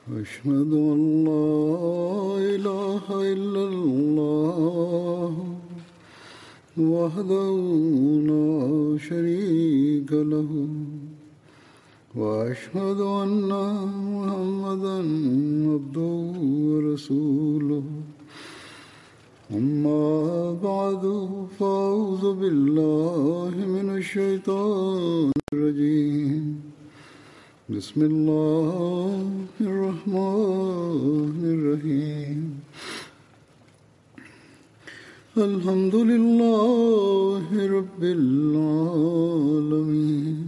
أشهد أن لا إله إلا الله وحده لا شريك له وأشهد أن محمدا عبده ورسوله أما بعد فأعوذ بالله من الشيطان الرجيم بسم الله الرحمن الرحيم الحمد لله رب العالمين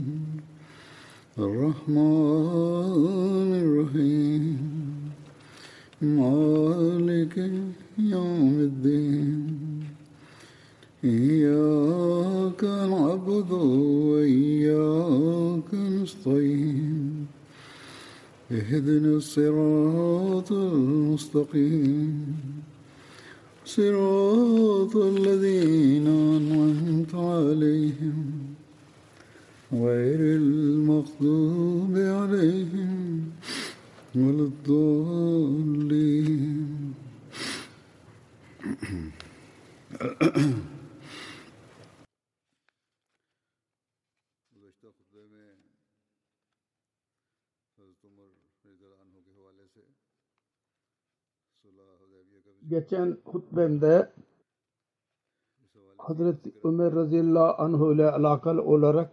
الرحمن الرحيم مالك يوم الدين إياك نعبد وإياك نستعين اهدنا الصراط المستقيم صراط الذين أنعمت عليهم غير المغضوب عليهم ولا الضالين Geçen hutbemde Hazreti Ömer radıyallahu anh ile alakalı olarak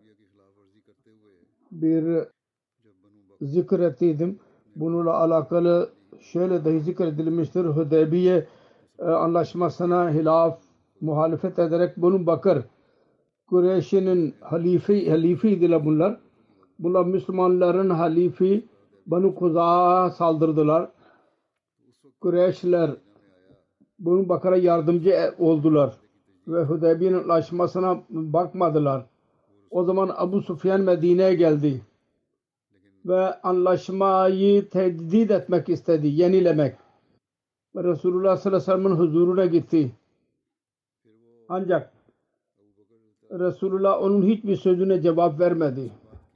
bir zikir ettiydim. Bununla alakalı şöyle dahi zikredilmiştir. Hudeybiye anlaşmasına hilaf muhalefet ederek Banu Bakır Kureyş'in halifiydiler bunlar. Bunlar Müslümanların halifi Banu Kuza'ya saldırdılar. Kureyşliler Banu Bakır'a yardımcı oldular ve Hudeybiye'nin anlaşmasına bakmadılar. O zaman Abu Sufyan Medine'ye geldi ve anlaşmayı tehdit etmek istedi, yenilemek. Ve Resulullah sallallahu aleyhi ve sellem'in huzuruna gitti. Ancak Resulullah onun hiçbir sözüne cevap vermedi.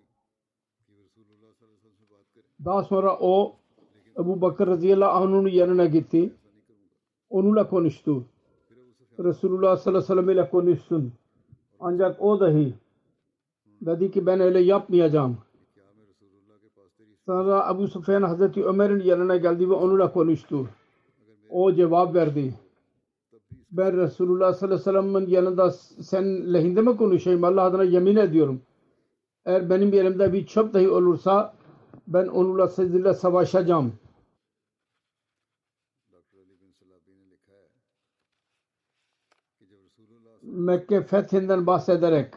Daha sonra o Ebu Bakır radıyallahu anh'ın yanına gitti. Onunla konuştu. Resulullah sallallahu aleyhi ve sellem ile konuşsun. Ancak o dahi dedi ki ben öyle yapmayacağım. Sonra Ebu Sufyan Hazreti Ömer'in yanına geldi ve onunla konuştu. O cevap verdi. Ben Resulullah sallallahu aleyhi ve sellem'in yanında sen lehinde mi konuşayım? Allah adına yemin ediyorum. Eğer benim yerimde bir çöp dahi olursa ben onunla sizinle savaşacağım. Mekke fethinden bahsederek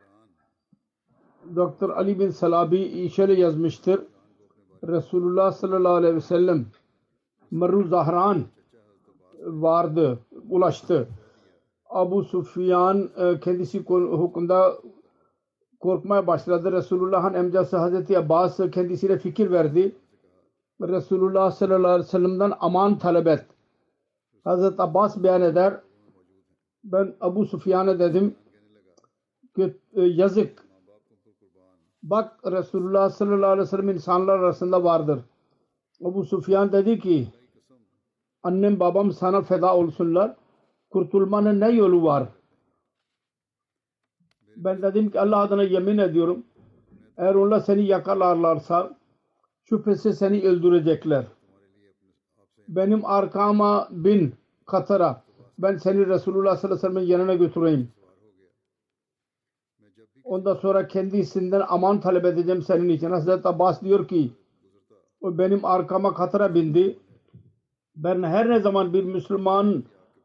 Dr. Ali bin Salabi şöyle yazmıştır. Resulullah sallallahu aleyhi ve sellem Marru Zahran vardı, ulaştı. Abu Sufyan kendisi hukukunda korkmaya başladı. Resulullah'ın amcası Hazreti Abbas kendisine fikir verdi. Resulullah sallallahu aleyhi ve sellem'den aman talep et. Hazreti Abbas beyan eder. Ben Abu Sufyan'a dedim ki yazık. Bak Resulullah sallallahu aleyhi ve sellem insanlar arasında vardır. Abu Sufyan dedi ki annem babam sana feda olsunlar. Kurtulmanın ne yolu var? Ben dedim ki Allah adına yemin ediyorum. Eğer onlar seni yakalarlarsa şüphesiz seni öldürecekler. Benim arkama bin Katar'a. Ben seni Resulullah sallallahu aleyhi ve sellem'in yanına götüreyim. Ondan sonra kendisinden aman talep edeceğim senin için. Hazreti Abbas diyor ki o benim arkama Katar'a bindi. Ben her ne zaman bir Müslümanın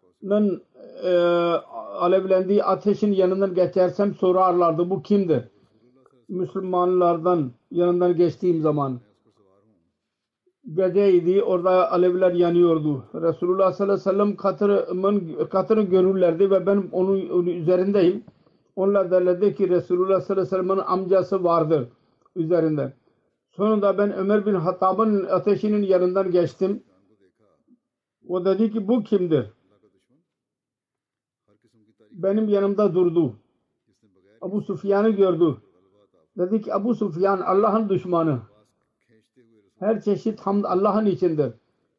alevlendiği ateşin yanından geçersem sorarlardı bu kimdir? Müslümanlardan yanından geçtiğim zaman geceydi, orada alevler yanıyordu. Resulullah sallallahu aleyhi ve sellem Katar'ı görürlerdi ve ben onun üzerindeyim. Onlar derlerdi ki Resulullah sallallahu aleyhi ve sellem'in amcası vardır üzerinde. Sonunda ben Ömer bin Hattab'ın ateşinin yanından geçtim. O dedi ki bu kimdir? Benim yanımda durdu. Abu Sufyan'ı gördü. Dedi ki Abu Sufyan Allah'ın düşmanı. Her çeşit hamd Allah'ın içindir.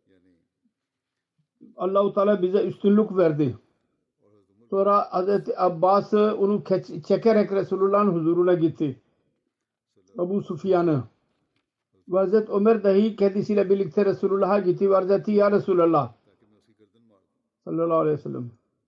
Allah-u Teala bize üstünlük verdi. Sonra Hazreti Abbas onu çekerek Resulullah'ın huzuruna gitti. Ebu Sufyan'ı. Ve Hazreti Ömer dahi kendisiyle birlikte Resulullah'a gitti ve Hazreti Ya Resulallah sallallahu aleyhi ve sellem,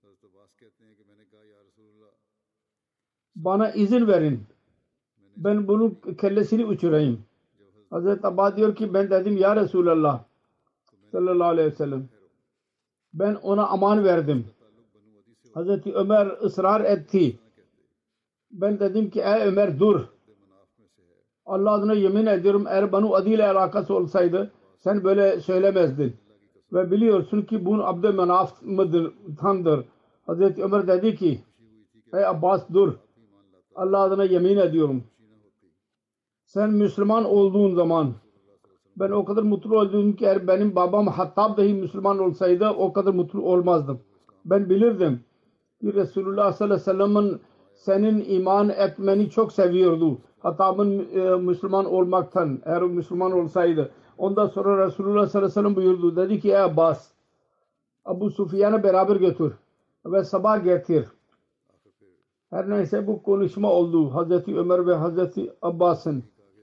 bana izin verin, ben bunun kellesini uçurayım. Hazreti Abbas diyor ki ben dedim ya Resulallah sallallahu aleyhi ve sellem, ben ona aman verdim. Hazreti Ömer ısrar etti. Ben dedim ki ey Ömer dur. Allah adına yemin ediyorum eğer Banu Adi ile alakası olsaydı sen böyle söylemezdin. Ve biliyorsun ki bu Abdümenaf mıdır, tandır. Hazreti Ömer dedi ki ey Abbas dur. Allah adına yemin ediyorum. Sen Müslüman olduğun zaman ben o kadar mutlu oldum ki eğer benim babam Hattab dahi Müslüman olsaydı o kadar mutlu olmazdım. Ben bilirdim ki Resulullah sallallahu aleyhi ve sellem'in senin iman etmeni çok seviyordu. Hattab'ın Müslüman olmaktan eğer o Müslüman olsaydı. Ondan sonra Resulullah sallallahu aleyhi ve sellem buyurdu. Dedi ki ey Abbas Abu Sufyan'ı beraber götür ve sabah getir. Her neyse bu konuşma oldu. Hazreti Ömer ve Hazreti Abbas'ın.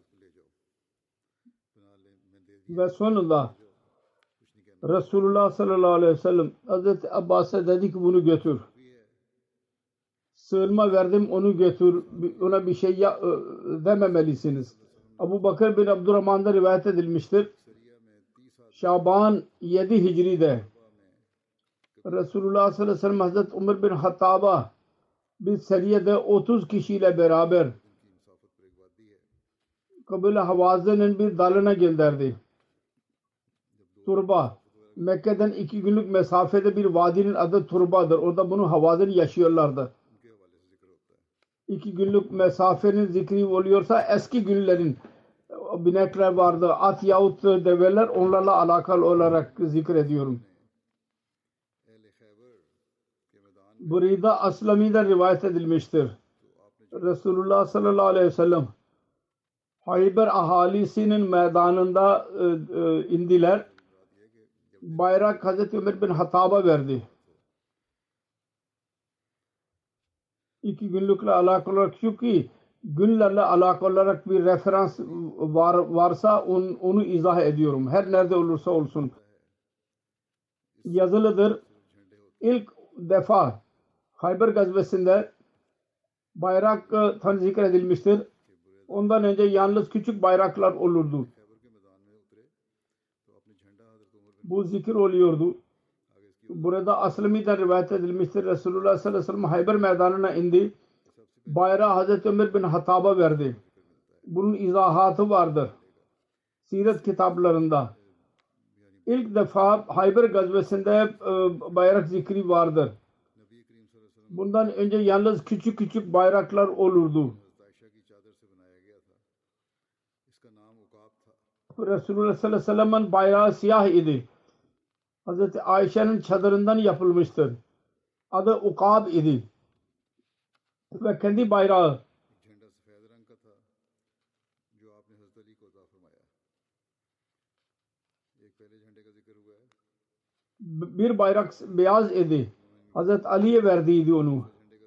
Ve sonunda Resulullah sallallahu aleyhi ve sellem Hazreti Abbas'a dedi ki bunu götür. Sığınma verdim onu götür. Ona bir şey dememelisiniz. Abu Bakır bin Abdurrahman'da rivayet edilmiştir. Şaban 7 Hicri'de Resulullah sallallahu aleyhi ve sellem Hazreti Umar bin Hattab'a bir seriyede 30 kişiyle beraber Kabile Havazi'nin bir dalına gönderdi. Turba. Mekke'den 2 günlük mesafede bir vadinin adı Turba'dır. Orada bunu Havazin yaşıyorlardı. 2 günlük mesafenin zikri oluyorsa eski günlerin binekler vardı. At yahut develer onlarla alakalı olarak zikrediyorum. Burida Aslami'den rivayet edilmiştir. Resulullah sallallahu aleyhi ve sellem Hayber ahalisinin meydanında indiler. Bayrak Hazreti Ömer bin Hattab'a verdi. 2 günlükle alakalı olarak çünkü günlerle alakalı olarak bir referans varsa onu izah ediyorum. Her nerede olursa olsun. Yazılıdır. İlk defa Hayber gazvesinde bayrak zikredilmiştir. Ondan önce yalnız küçük bayraklar olurdu. Bu zikir oluyordu. Burada Aslami'den rivayet edilmiştir. Resulullah sallallahu aleyhi ve sellem Hayber meydanına indi. Bayrağı Hazreti Ömer bin Hattab'a verdi. Bunun izahatı vardır. Siret kitaplarında. İlk defa Hayber gazvesinde bayrak zikri vardır. Bundan önce yalnız küçük küçük bayraklar olurdu. Resulullah sallallahu aleyhi ve sellem'in bayrağı siyah idi. Hazreti Ayşe'nin çadırından yapılmıştır. Adı Ukab idi. Ve kendi bayrağı bir bayrak beyaz idi. Hazreti Ali'ye verdiydi onu.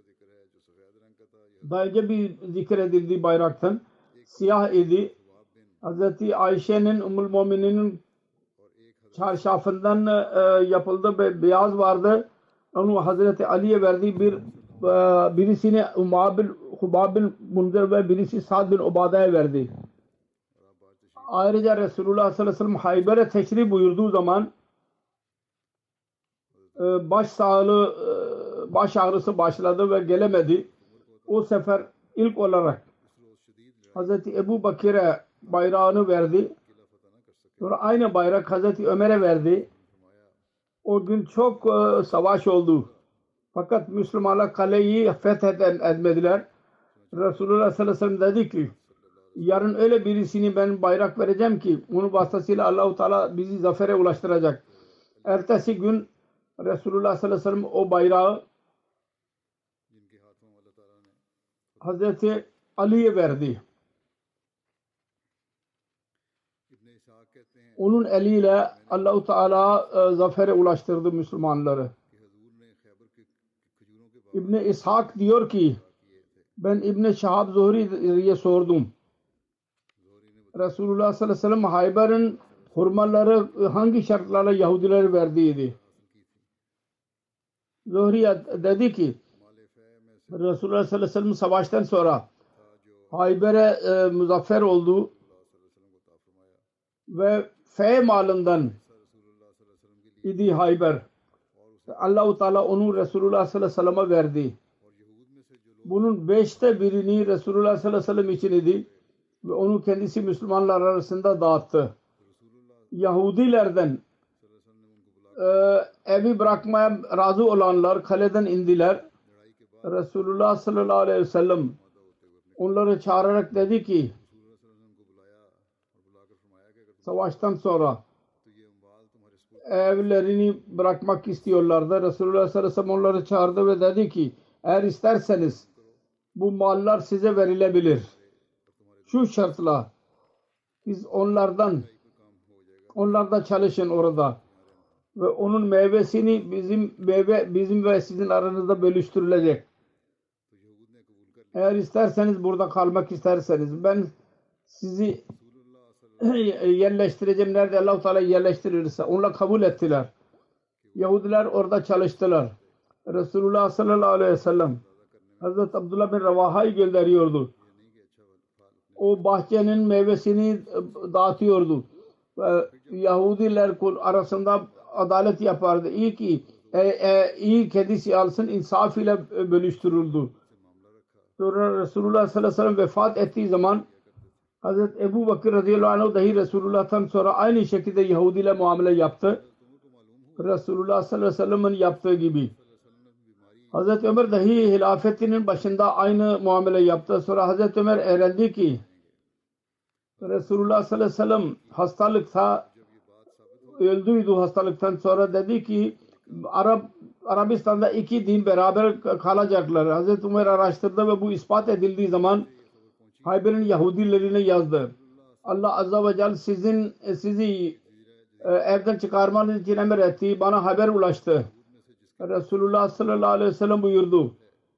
Daha önce bir zikredildiği bayraktan siyah idi. Hazreti Ayşe'nin Ummul Mu'mininin çarşafından yapıldı ve beyaz vardı. Onu Hazreti Ali'ye verdiği birisini Hubabil Munzir ve birisi Sa'd bin Ubada'ya verdi. Ayrıca Resulullah sallallahu aleyhi ve sellem Hayber'e teşrif buyurduğu zaman baş ağrısı başladı ve gelemedi. O sefer ilk olarak Hazreti Ebu Bakir'e bayrağını verdi. Sonra aynı bayrak Hazreti Ömer'e verdi. O gün çok savaş oldu. Fakat Müslümanlar kaleyi fethetmediler. Resulullah sallallahu aleyhi ve sellem dedi ki yarın öyle birisini ben bayrak vereceğim ki onun vasıtasıyla Allah-u Teala bizi zafere ulaştıracak. Ertesi gün Resulullah sallallahu aleyhi ve sellem o bayrağı Hazreti Ali'ye verdi. onun eliyle Allah-u Teala zafere ulaştırdı Müslümanları. İbn-i İshak diyor ki ben İbn-i Şahab Zuhri'ye sordum. Resulullah sallallahu aleyhi ve sellem Hayber'in hurmaları hangi şartlarla Yahudilere verdiydi? Zuhri dedi ki Resulullah sallallahu aleyhi ve sellem savaştan sonra Hayber'e muzaffer oldu ve fey malından idi Hayber. Allah-u Teala onu Resulullah sallallahu aleyhi ve sellem'e verdi. Bunun 1/5'ini Resulullah sallallahu aleyhi ve sellem için idi ve onu kendisi Müslümanlar arasında dağıttı. Yahudilerden evi bırakmaya razı olanlar kaleden indiler. Resulullah sallallahu aleyhi ve sellem onları çağırarak dedi ki savaştan sonra evlerini bırakmak istiyorlardı. Resulullah sallallahu aleyhi ve sellem onları çağırdı ve dedi ki eğer isterseniz bu mallar size verilebilir. Şu şartla siz onlarda çalışın orada ve onun meyvesini bizim ve sizin aranızda bölüştürülecek. Eğer isterseniz burada kalmak isterseniz ben sizi yerleştireceğim. Nerede Allah-u Teala yerleştirirse. Onlar kabul ettiler. Yahudiler orada çalıştılar. Resulullah sallallahu aleyhi ve sellem Hazreti Abdullah bin Ravaha'yı gönderiyordu. O bahçenin meyvesini dağıtıyordu. Yahudiler arasında adalet yapardı. İyi kendisi alsın, insaf ile bölüştürüldü. Sonra Resulullah sallallahu aleyhi ve sellem vefat ettiği zaman Hazreti Ebu Bakır radıyallahu anh dahi Resulullah'tan sonra aynı şekilde Yahudi ile muamele yaptı. Resulullah sallallahu aleyhi ve sellem'in yaptığı gibi. Hazreti Ömer dahi hilafetinin başında aynı muamele yaptı. Sonra Hazreti Ömer öğrendi ki Resulullah sallallahu aleyhi ve sellem hastalıkta öldüydü. Hastalıktan sonra dedi ki Arabistan'da 2 din beraber kalacaklar. Hazreti Ömer araştırdı ve bu ispat edildiği zaman Hayber'in Yahudilerine yazdı. Allah azze ve celle sizi evden çıkarmanız için emretti. Bana haber ulaştı. Resulullah sallallahu aleyhi ve sellem buyurdu.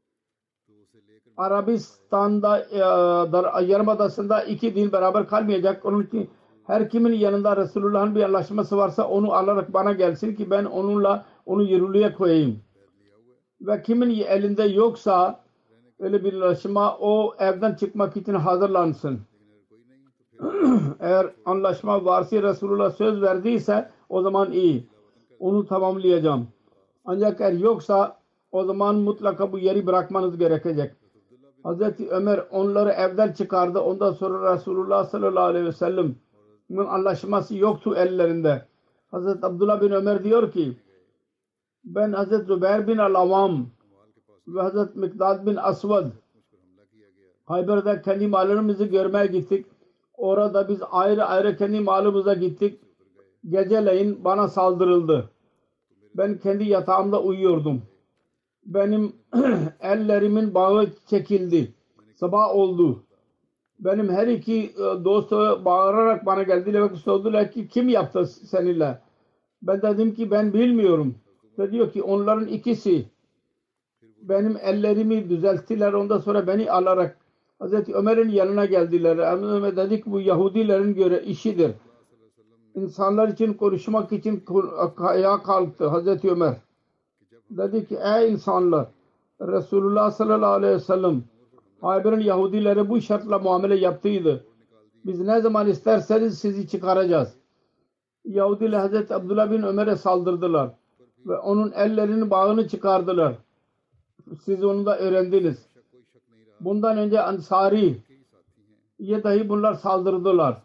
Arabistan'da Yarımadası'nda 2 din beraber kalmayacak. Onun için her kimin yanında Resulullah'ın bir anlaşması varsa onu alarak bana gelsin ki ben onu yürürlüğe koyayım. Ve kimin elinde yoksa öyle bir anlaşma o evden çıkmak için hazırlansın. Eğer anlaşma varsa Resulullah söz verdiyse o zaman iyi. Onu tamamlayacağım. Ancak eğer yoksa o zaman mutlaka bu yeri bırakmanız gerekecek. Hazreti Ömer onları evden çıkardı. Ondan sonra Resulullah sallallahu aleyhi ve sellem'in anlaşması yoktu ellerinde. Hazreti Abdullah bin Ömer diyor ki ben Hazreti Zübeyir bin Al-Avam ve Hazreti Mikdad bin Aswad Hayber'de kendi mallarımızı görmeye gittik. Orada biz ayrı ayrı kendi malımıza gittik. Geceleyin bana saldırıldı. Ben kendi yatağımda uyuyordum. Benim ellerimin bağı çekildi. Sabah oldu. Benim her iki dostu bağırarak bana geldiler ve sordular ki kim yaptı seninle? Ben dedim ki ben bilmiyorum. Ve diyor ki onların ikisi benim ellerimi düzelttiler. Ondan sonra beni alarak Hazreti Ömer'in yanına geldiler. Ömer dedi ki bu Yahudilerin göre işidir. İnsanlar için konuşmak için ayağa kalktı Hazreti Ömer. Dedi ki ey insanlar Resulullah sallallahu aleyhi ve sellem Hayber'in Yahudileri bu şartla muamele yaptıydı. Biz ne zaman isterseniz sizi çıkaracağız. Yahudiler Hazreti Abdullah bin Ömer'e saldırdılar. Ve onun ellerinin bağını çıkardılar. Siz onu da öğrendiniz. Bundan önce Ansari'ye dahi bunlar saldırdılar.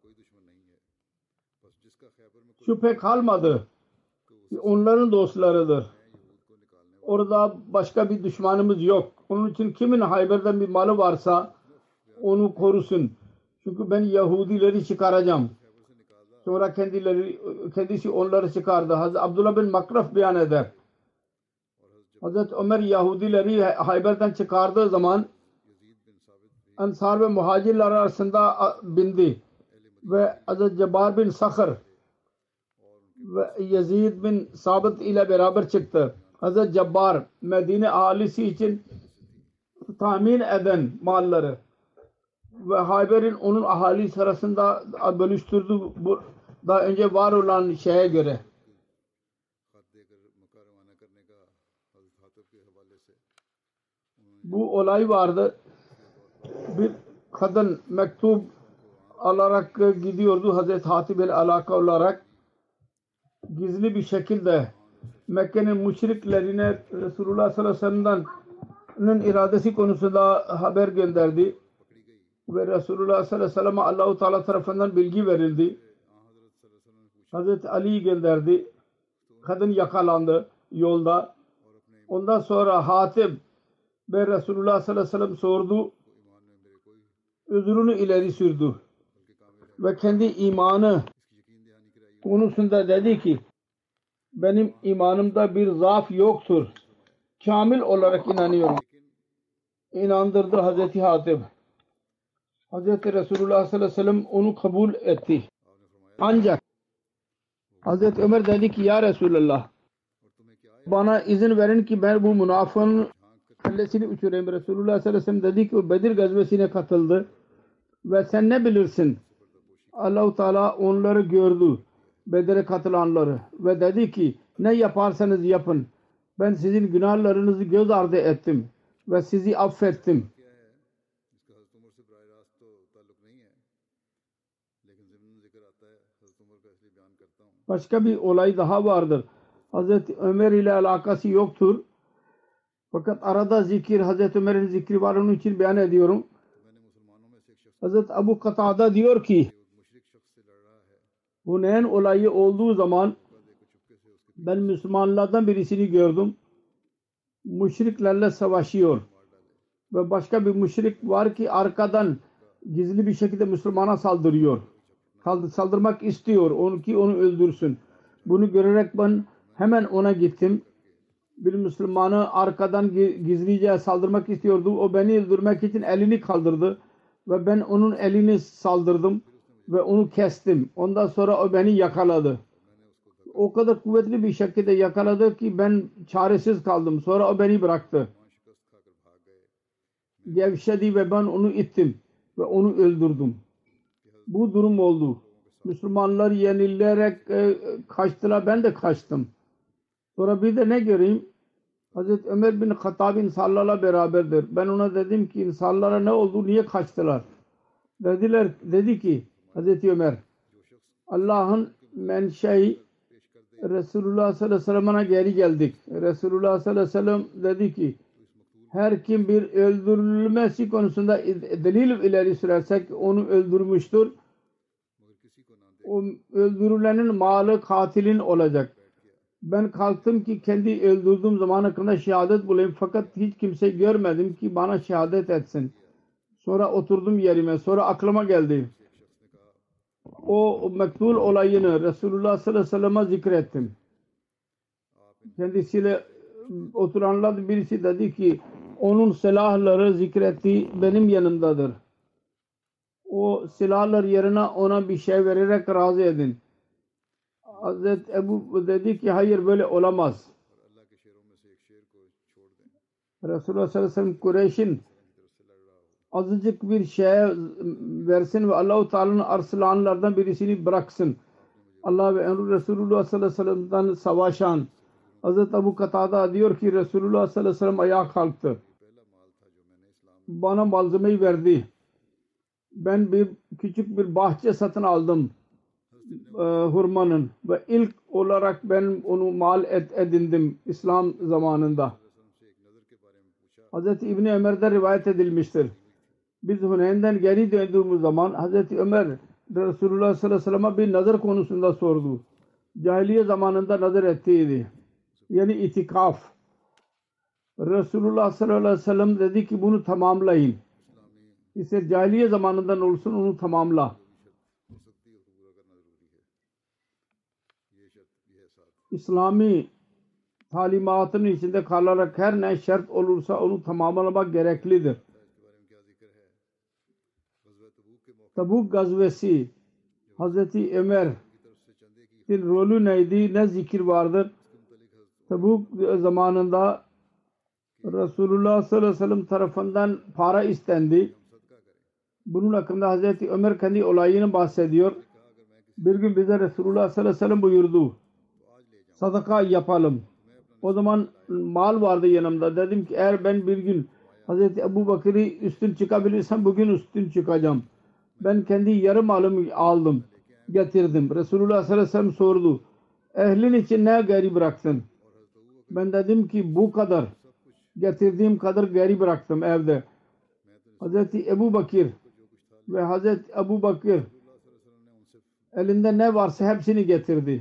Şüphe kalmadı. Onların dostlarıdır. Orada başka bir düşmanımız yok. Onun için kimin Hayber'den bir malı varsa onu korusun. Çünkü ben Yahudileri çıkaracağım. Sonra kendisi onları çıkardı. Hazreti Abdullah bin Makraf beyan eder. Hazreti Ömer Yahudileri Hayber'den çıkardığı zaman Ansar ve Muhacirler arasında bindi. ve Hazreti Cabbar bin Sakhr ve Yazid bin Sabit ile beraber çıktı. Hazreti Cabbar Medine ahalisi için tahmin eden malları ve Hayber'in onun ahalisi arasında bölüştürdü daha önce var olan şeye göre. Bu olay vardı. Bir kadın mektup alarak gidiyordu Hazreti Hatib el-Alaka olarak gizli bir şekilde Mekke'nin müşriklerine Resulullah sallallahu aleyhi ve sellem'in iradesi konusunda haber gönderdi ve Resulullah sallallahu aleyhi ve sellem'e Allah-u Teala tarafından bilgi verildi. Hazreti Ali gönderdi. Kadın yakalandı yolda. Ondan sonra Hatib ve Resulullah sallallahu aleyhi ve sellem sordu. Özrünü ileri sürdü. Ve kendi imanı konusunda dedi ki benim imanımda bir zaaf yoktur. Kamil olarak inanıyorum. İnandırdı Hazreti Hatib. Hazreti Resulullah sallallahu aleyhi ve sellem onu kabul etti. Ancak Hazreti Ömer dedi ki ya Resulullah bana izin verin ki ben bu münafığın kellesini uçurayım. Resulullah sallallahu aleyhi ve sellem dedi ki o Bedir gazvesine katıldı ve sen ne bilirsin? Allah-u Teala onları gördü. Bedir'e katılanları ve dedi ki ne yaparsanız yapın. Ben sizin günahlarınızı göz ardı ettim ve sizi affettim. Başka bir olay daha vardır. Hazreti Ömer ile alakası yoktur. Fakat arada zikir, Hazreti Ömer'in zikri var, onun için beyan ediyorum. Hazreti Abu Katada diyor ki Huneyn olayı olduğu zaman ben Müslümanlardan birisini gördüm. Müşriklerle savaşıyor. Ve başka bir müşrik var ki arkadan gizli bir şekilde Müslümana saldırıyor. Saldırmak istiyor. Onu öldürsün. Bunu görerek ben hemen ona gittim. Bir Müslümanı arkadan gizlice saldırmak istiyordu. O beni öldürmek için elini kaldırdı. Ve ben onun elini saldırdım. Ve onu kestim. Ondan sonra o beni yakaladı. O kadar kuvvetli bir şekilde yakaladı ki ben çaresiz kaldım. Sonra o beni bıraktı. Gevşedi ve ben onu ittim. Ve onu öldürdüm. Bu durum oldu. Müslümanlar yenilerek kaçtılar. Ben de kaçtım. Sonra bir de ne göreyim? Hazreti Ömer bin Hattab insanlarla beraberdir. Ben ona dedim ki insanlara ne oldu? Niye kaçtılar? Dedi ki Hazreti Ömer Allah'ın menşei Resulullah sallallahu aleyhi ve sellem'e geri geldik. Resulullah sallallahu aleyhi ve sellem dedi ki her kim bir öldürülmesi konusunda delil ileri sürersek onu öldürmüştür. O öldürülenin malı katilin olacak. Ben kalktım ki kendi öldürdüğüm zaman hakkında şehadet bulayım. Fakat hiç kimse görmedim ki bana şehadet etsin. Sonra oturdum yerime. Sonra aklıma geldi. O mektul olayını Resulullah sallallahu aleyhi ve sellem'e zikrettim. Kendisiyle oturanlar birisi dedi ki onun silahları zikretti benim yanımdadır. O silahlar yerine ona bir şey vererek razı edin. Hazreti Ebu dedi ki hayır böyle olamaz. Resulullah sallallahu aleyhi ve sellem Kureyş'in azıcık bir şeye versin ve Allah-u Teala'nın arslanlardan birisini bıraksın. Allah ve Resulullah sallallahu aleyhi ve sellem'den savaşan Hazreti Abu Katada diyor ki Resulullah sallallahu aleyhi ve sellem ayağa kalktı. Bana malzemeyi verdi. Ben küçük bir bahçe satın aldım. Hurmanın ve ilk olarak ben onu mal edindim İslam zamanında. Hazreti İbni Ömer'den rivayet edilmiştir. Biz Huneyn'den geri döndüğümüz zaman Hazreti Ömer Resulullah sallallahu aleyhi ve sellem'e bir nazar konusunda sordu. Cahiliye zamanında nazar ettiydi. Yani itikaf. Resulullah sallallahu aleyhi ve sellem dedi ki bunu tamamlayın. İster cahiliye zamanından olsun onu tamamla. İslami talimatının içinde kalarak her ne şart olursa onu tamamlamak gereklidir. Tabuk gazvesi Hazreti Ömer'in rolü neydi? Ne zikir vardır? Tabuk zamanında Resulullah sallallahu aleyhi ve sellem tarafından para istendi. Bunun hakkında Hazreti Ömer kendi olayını bahsediyor. Bir gün bize Resulullah sallallahu aleyhi ve sellem buyurdu. Sadaka yapalım. O zaman mal vardı yanımda. Dedim ki eğer ben bir gün Hazreti Ebu Bakır'ı üstün çıkabilirsem bugün üstün çıkacağım. Ben kendi yarım malımı aldım. Getirdim. Resulullah sallallahu aleyhi ve sellem sordu. Ehlin için ne geri bıraktın? Ben dedim ki bu kadar. Getirdiğim kadar geri bıraktım evde. Hazreti Ebu Bakır ve Hazreti Ebu Bakır elinde ne varsa hepsini getirdi.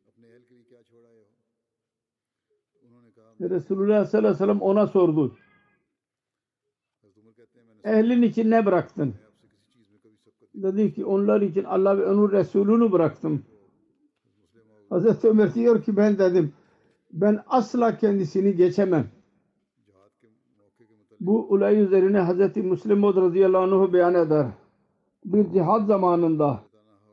Resulullah sallallahu aleyhi ve sellem ona sordu. Ehlin için ne bıraktın? Dedi ki onlar için Allah ve onun Resulünü bıraktım. Hazreti Ömer diyor ki ben dedim ben asla kendisini geçemem. Bu olay üzerine Hazreti Müslim radıyallahu anh beyan eder. Bir cihad zamanında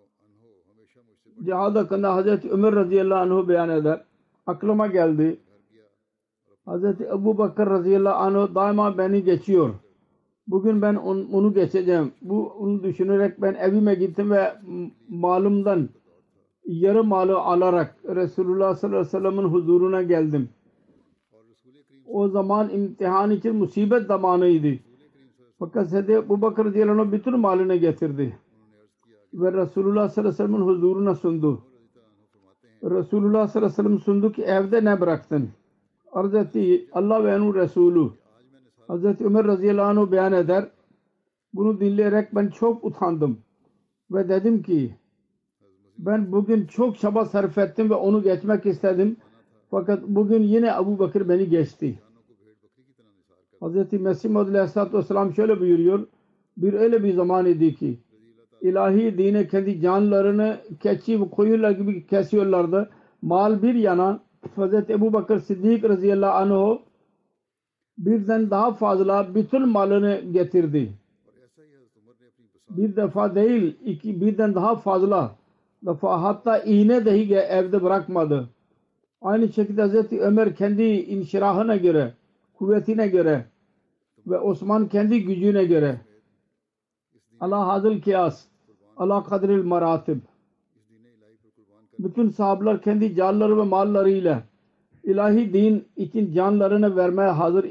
cihad hakkında Hazreti Ömer radıyallahu anh beyan eder. Aklıma geldi. Hazreti Ebu Bakır radıyallahu anh daima beni geçiyor. Bugün ben onu geçeceğim. Onu düşünerek ben evime gittim ve malımdan yarı malı alarak Resulullah sallallahu aleyhi ve sellem'in huzuruna geldim. O zaman imtihan için musibet zamanıydı. Fakat Hazreti Ebu Bakır radıyallahu anh bütün malını getirdi. Ve Resulullah sallallahu aleyhi ve sellem'in huzuruna sundu. Resulullah sallallahu aleyhi ve sellem sundu ki evde ne bıraktın? Arz etti Allah ve onun Resulü. Hazreti Ömer radıyallahu anh beyan eder. Bunu dinleyerek ben çok utandım. Ve dedim ki ben bugün çok çaba sarf ettim ve onu geçmek istedim. Fakat bugün yine Ebu Bakır beni geçti. Hazreti Mesih Maud aleyhissalatü vesselam şöyle buyuruyor. Öyle bir zaman idi ki ilahi dine kendi canlarını keçi ve koyunlar gibi kesiyorlardı. Mal bir yana Hazreti Ebu Bakır Siddik radıyallahu anh birden daha fazla bütün malını getirdi. Bir defa değil, birden daha fazla defa hatta iğne dahi evde bırakmadı. Aynı şekilde Hazreti Ömer kendi inşirahına göre, kuvvetine göre ve Osman kendi gücüne göre Allah hazıl kıyas, Allah kadril maratib. Bütün sahabeler kendi canları ve mallarıyla ilahi din için canlarını vermeye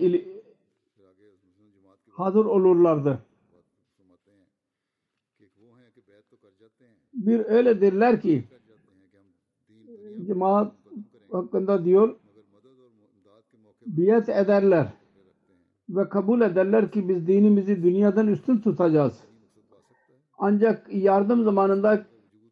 hazır olurlardı. Bir öyledirler ki cemaat hakkında diyor biat ederler ve kabul ederler ki biz dinimizi dünyadan üstün tutacağız. Ancak yardım zamanında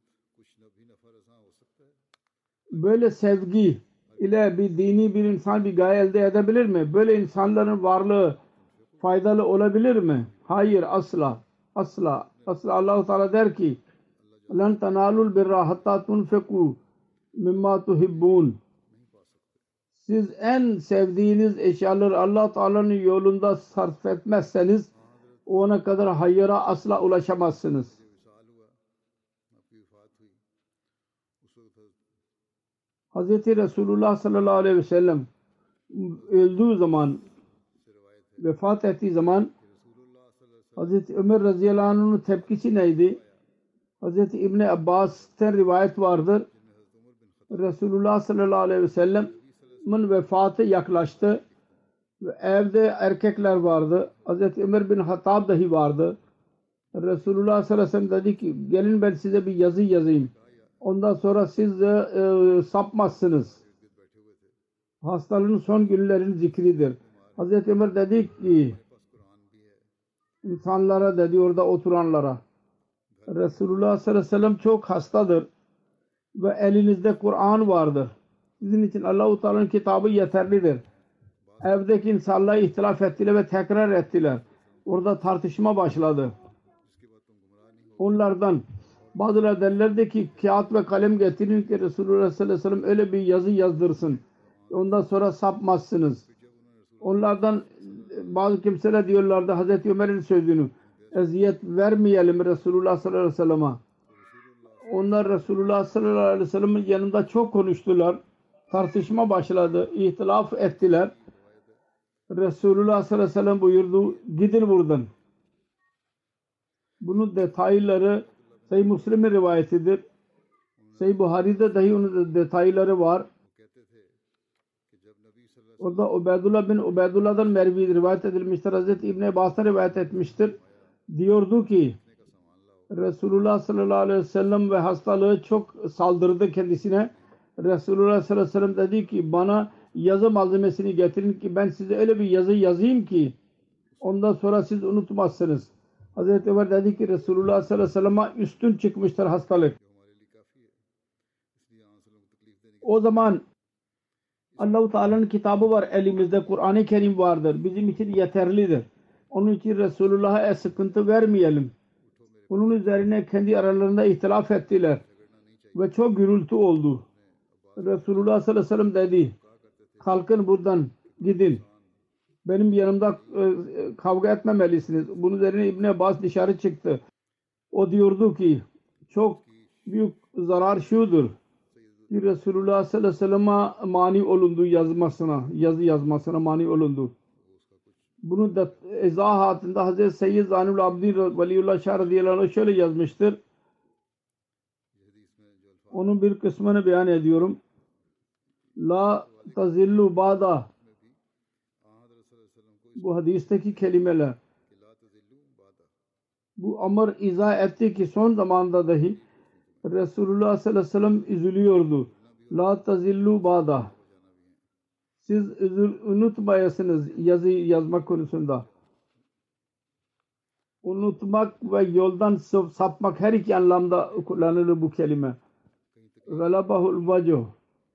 böyle sevgi ile bir dini bir insan bir gaye elde edebilir mi? Böyle insanların varlığı faydalı olabilir mi? Hayır, asla. Asla. Asla. Allah-u Teala der ki لَنْ تَنَالُوا الْبِرَّ حَتَّى تُنْفِقُوا مِمَّا تُحِبُّونَ Siz en sevdiğiniz eşyaları Allah Teala'nın yolunda sarf etmezseniz ona kadar hayıra asla ulaşamazsınız. Hz. Resulullah sallallahu aleyhi ve sellem öldüğü zaman, vefat ettiği zaman Hz. Ömer radıyallahu anh'ın tepkisi neydi? Hz. İbni Abbas'ten rivayet vardır. Resulullah sallallahu aleyhi ve sellem'in vefatı yaklaştı ve evde erkekler vardı. Hz. Ömer bin Hattab dahi vardı. Resulullah sallallahu aleyhi ve sellem dedi ki gelin ben size bir yazı yazayım. Ondan sonra siz sapmazsınız. Hastalığın son günlerin zikridir. Hazreti Ömer dedi ki insanlara dedi orada oturanlara Resulullah sallallahu aleyhi ve sellem çok hastadır ve elinizde Kur'an vardır. Sizin için Allah-u Teala'nın kitabı yeterlidir. Evdeki insanlar ihtilaf ettiler ve tekrar ettiler. Orada tartışma başladı. Onlardan bazıları derlerdi ki kağıt ve kalem getirin ki Resulullah sallallahu aleyhi ve sellem öyle bir yazı yazdırsın. Ondan sonra sapmazsınız. Onlardan bazı kimseler diyorlardı Hazreti Ömer'in sözünü eziyet vermeyelim Resulullah sallallahu aleyhi ve sellem'e. onlar Resulullah sallallahu aleyhi ve sellem'in yanında çok konuştular. Tartışma başladı. İhtilaf ettiler. Resulullah sallallahu aleyhi ve sellem buyurdu, gidin buradan. Bunun detayları Sahih Müslim'in rivayetidir. Sahih Buhari'de dahi onun detayları var. Orada Ubeydullah bin Ubeydullah'dan Mervi rivayet edilmiştir. Hazreti İbn Abbas'tan rivayet etmiştir. Diyordu ki Resulullah sallallahu aleyhi ve sellem ve hastalığı çok saldırdı kendisine. Resulullah sallallahu aleyhi ve sellem dedi ki bana yazı malzemesini getirin ki ben size öyle bir yazı yazayım ki ondan sonra siz unutmazsınız. Hazreti Ömer dedi ki Resulullah sallallahu aleyhi ve sellem'e üstün çıkmıştır hastalık. O zaman Allah-u Teala'nın kitabı var elimizde. Kur'an-ı Kerim vardır. Bizim için yeterlidir. Onun için Resulullah'a sıkıntı vermeyelim. Bunun üzerine kendi aralarında ihtilaf ettiler. Ve çok gürültü oldu. Resulullah sallallahu aleyhi ve sellem dedi kalkın buradan gidin. Benim yanımda kavga etmemelisiniz. Bunun üzerine İbn Abbas dışarı çıktı. O diyordu ki çok büyük zarar şudur ki Resulullah sallallahu aleyhi ve sellem'e mani olundu yazı yazmasına mani olundu. Bunun da izahatında Hazreti Seyyid Zanul Abdin Veliullah Şah radıyallahu anh şöyle yazmıştır. Onun bir kısmını beyan ediyorum. La tazillu ba'da. Bu hadisteki kelimeler. Bu Amr izah etti ki son zamanda dahi Resulullah sallallahu aleyhi ve sellem üzülüyordu. La tazillu ba'da. Siz unutmayasınız yazı yazmak konusunda. Unutmak ve yoldan sapmak her iki anlamda kullanılır bu kelime. Galabahul vacuh.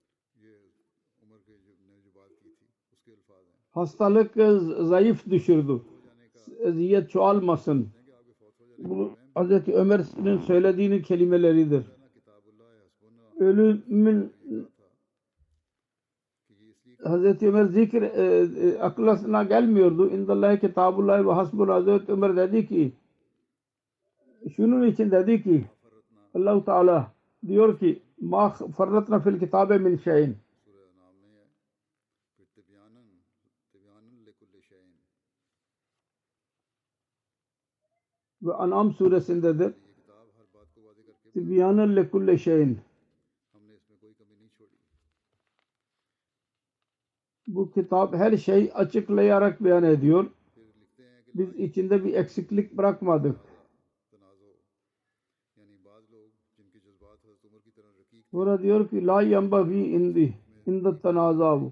Hastalık zayıf düşürdü. Eziyet çoğalmasın. Bu Hz. Ömer'in söylediğinin kelimeleridir. Ölümün Hz. Ömer zikir aklına gelmiyordu. İndallahi kitabullahi ve hasbuna. Hz. Ömer dedi ki şunun için dedi ki Allah-u Teala diyor ki ma farratna fil kitabe min şeyin. Ve An'am suresindedir. Tibyanın lekulle şeyin. Bu kitap her şey açıklayarak beyan ediyor. Biz içinde bir eksiklik bırakmadık. Sonra diyor ki la yambagi indi tanazavu.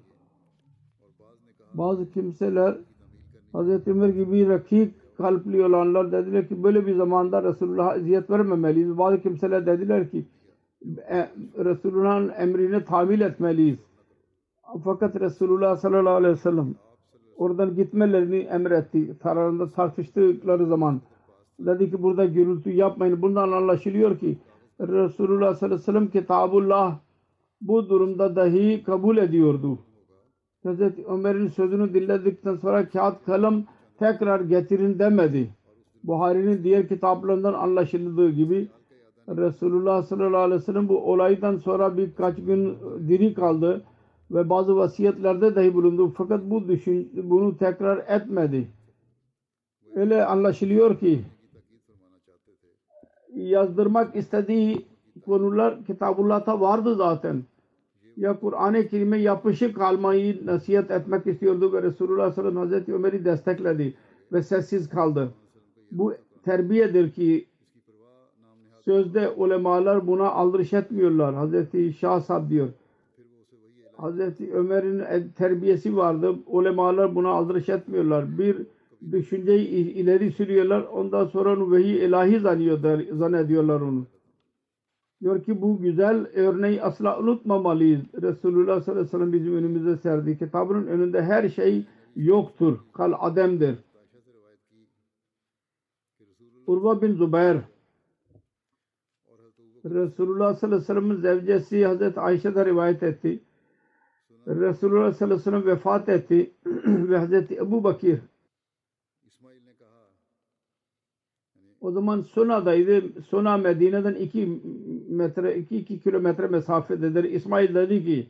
Bazı kimseler Hz. Ömer gibi rakik kalpli olanlar dediler ki böyle bir zamanda Resulullah'a eziyet vermemeliyiz. Bazı kimseler dediler ki Resulullah'ın emrini tamil etmeliyiz. Fakat Resulullah sallallahu aleyhi ve sellem oradan gitmelerini emretti. Aralarında tartıştıkları zaman dedi ki burada gürültü yapmayın. Bundan anlaşılıyor ki Resulullah sallallahu aleyhi ve sellem Kitabullah bu durumda dahi kabul ediyordu. Hazreti Ömer'in sözünü dinledikten sonra kağıt kalem tekrar getirin demedi. Buhari'nin diğer kitaplarından anlaşıldığı gibi Resulullah sallallahu aleyhi ve sellem bu olaydan sonra birkaç gün diri kaldı ve bazı vasiyetlerde dahi bulundu. Fakat bunu tekrar etmedi. Öyle anlaşılıyor ki yazdırmak istediği konular Kitabullah'ta vardı zaten. Ya Kur'an-ı Kerim'e yapışık kalmayı nasihat etmek istiyordu ve Resulullah sallallahu aleyhi ve sellem Hazreti Ömer'i destekledi ve sessiz kaldı. Bu terbiyedir ki sözde ulemalar buna aldırış etmiyorlar. Hazreti Şah Sahab diyor. Hazreti Ömer'in terbiyesi vardı. Ulemalar buna aldırış etmiyorlar. Bir düşünceyi ileri sürüyorlar. Ondan sonra onu vehiy ilahi zannediyorlar onu. Diyor ki bu güzel örneği asla unutmamalıyız. Resulullah sallallahu aleyhi ve sellem bizim önümüze serdi. Kitabının önünde her şey yoktur. Kal ademdir. Urva bin Zübeyir Resulullah sallallahu aleyhi ve sellem'in zevcesi Hazreti Ayşe'de rivayet etti. Resulullah sallallahu aleyhi ve sellem vefat etti ve Hazreti Ebu Bakir O zaman Suna'daydı. Suna Medine'den 2 kilometre mesafededir. İsmail dedi ki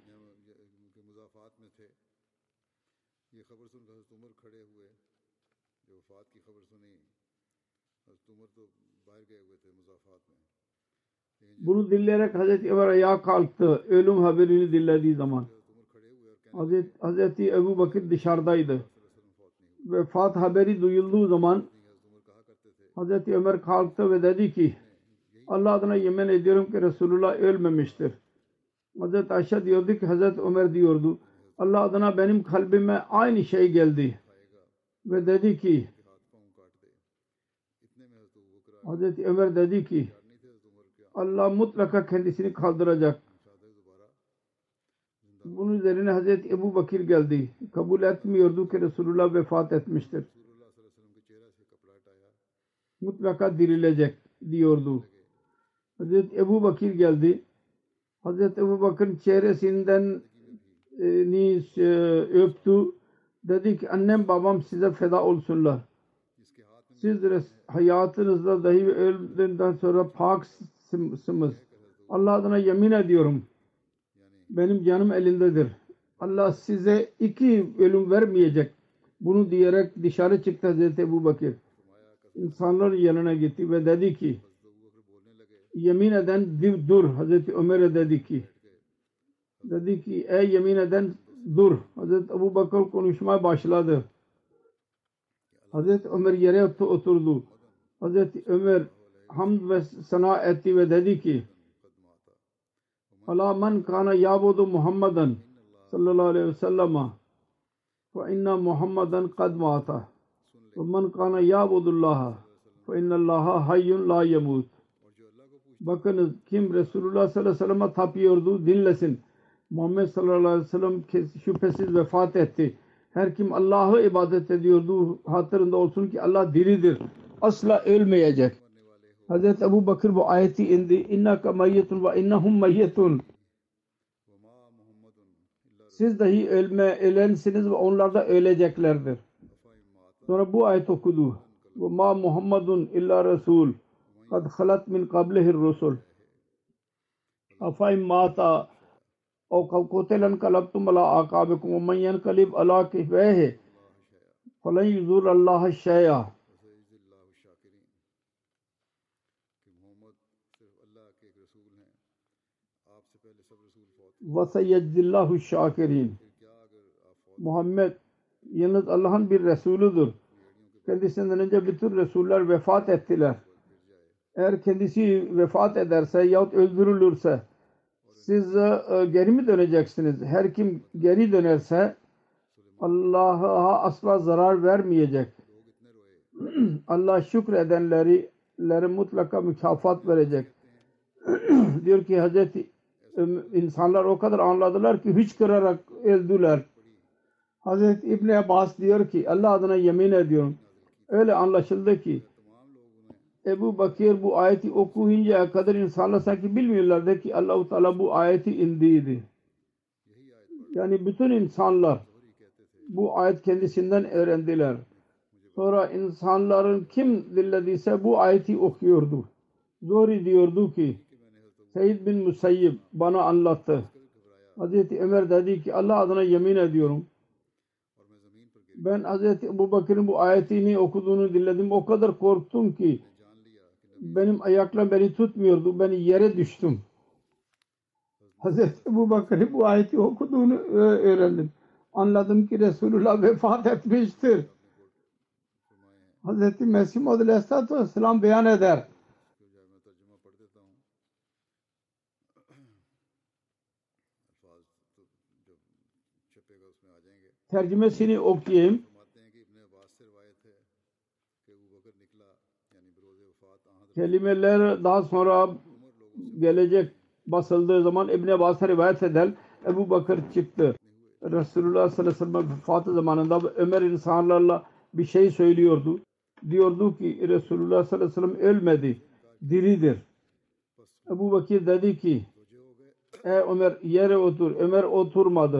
bunu dinleyerek Hazreti Ömer ayağa kalktı. Ölüm haberini dinlediği zaman. Hazreti Ebu Bakır dışarıdaydı. Vefat haberi duyulduğu zaman Hazreti Ömer kalktı ve dedi ki Allah adına yemin ediyorum ki Resulullah ölmemiştir. Hazreti Ayşe diyordu ki Hazreti Ömer diyordu Allah adına benim kalbime aynı şey geldi. Ve dedi ki Hazreti Ömer dedi ki Allah mutlaka kendisini kaldıracak. Bunun üzerine Hazreti Ebu Bakır geldi. Kabul etmiyordu ki Resulullah vefat etmiştir. Mutlaka dirilecek diyordu. Hazreti Ebu Bakır geldi. Hazreti Ebu Bakır'ın çehresinden öptü. Dedi ki annem babam size feda olsunlar. Siz hayatınızda dahi öldükten sonra paksınız. Allah adına yemin ediyorum. Benim canım elindedir. Allah size 2 ölüm vermeyecek. Bunu diyerek dışarı çıktı Hazreti Ebu Bakır. İnsanların yanına gitti ve dedi ki yemin eden dur. Hazreti Ömer'e dedi ki ey yemin eden dur. Hazreti Ebu Bakır konuşmaya başladı. Hazreti Ömer yere oturdu. Hazreti Ömer hamd ve sana etti ve dedi ki Ala man kana yabudu Muhammadan sallallahu aleyhi ve sellem fe inna Muhammadan kad mata ve man kana yabudullaha fe innallaha hayyun la yemut. Bakınız kim Resulullah sallallahu aleyhi ve sellem'e tapıyordu dinlesin. Muhammed sallallahu aleyhi ve sellem şüphesiz vefat etti. Her kim Allah'ı ibadet ediyordu hatırında olsun ki Allah diridir. Asla ölmeyecek. Hazreti Ebu Bakır bu ayeti indi. İnnaka meyyetun ve innahum meyyetun. Siz dahi ölensiniz ve onlar da öleceklerdir. Sonra bu ayet okudu. Ve ma Muhammedun illa Resul. Kad halat min qablihir rusul. Afayim mata o kutilan kalabtum ala akabikum ve men yenkalib ala kifehi falan yuzur Allah şey'a. Ve seyyedzillahu şakirin. Muhammed yalnız Allah'ın bir Resulüdür. Kendisinden önce bütün Resuller vefat ettiler. Eğer kendisi vefat ederse yahut öldürülürse siz geri mi döneceksiniz? Her kim geri dönerse Allah'a asla zarar vermeyecek. Allah şükredenlere mutlaka mükafat verecek. Diyor ki Hazreti insanlar o kadar anladılar ki hıçkırarak öldüler. Hazreti İbni Abbas diyor ki Allah adına yemin ediyorum. Öyle anlaşıldı ki Ebu Bakır bu ayeti okuyuncaya kadar insanlar sanki bilmiyorlardı ki Allah-u Teala bu ayeti indiydi. Yani bütün insanlar bu ayet kendisinden öğrendiler. Sonra insanların kim dinlediyse bu ayeti okuyordu. Zuhri diyordu ki Seyyid bin Musayyib bana anlattı. Hazreti Ömer dedi ki Allah adına yemin ediyorum. Ben Hazreti Ebu Bakır'ın bu ayetini okuduğunu dinledim. O kadar korktum ki benim ayaklarım beni tutmuyordu. Ben yere düştüm. Hazreti Ebu Bakır'ın bu ayeti okuduğunu öğrendim. Anladım ki Resulullah vefat etmiştir. Hazreti Mesih Maud Aleyhisselatü Vesselam beyan eder. Tercümesini okuyayım. Kelimeler daha sonra gelecek basıldığı zaman İbn Abbas'a rivayet eder. Ebu Bakır çıktı. Resulullah sallallahu aleyhi ve sellem vefatı zamanında Ömer insanlarla bir şey söylüyordu. Diyordu ki Resulullah sallallahu aleyhi ve sellem ölmedi. Diridir. Ebu Bakır dedi ki ey Ömer yere otur. Ömer oturmadı.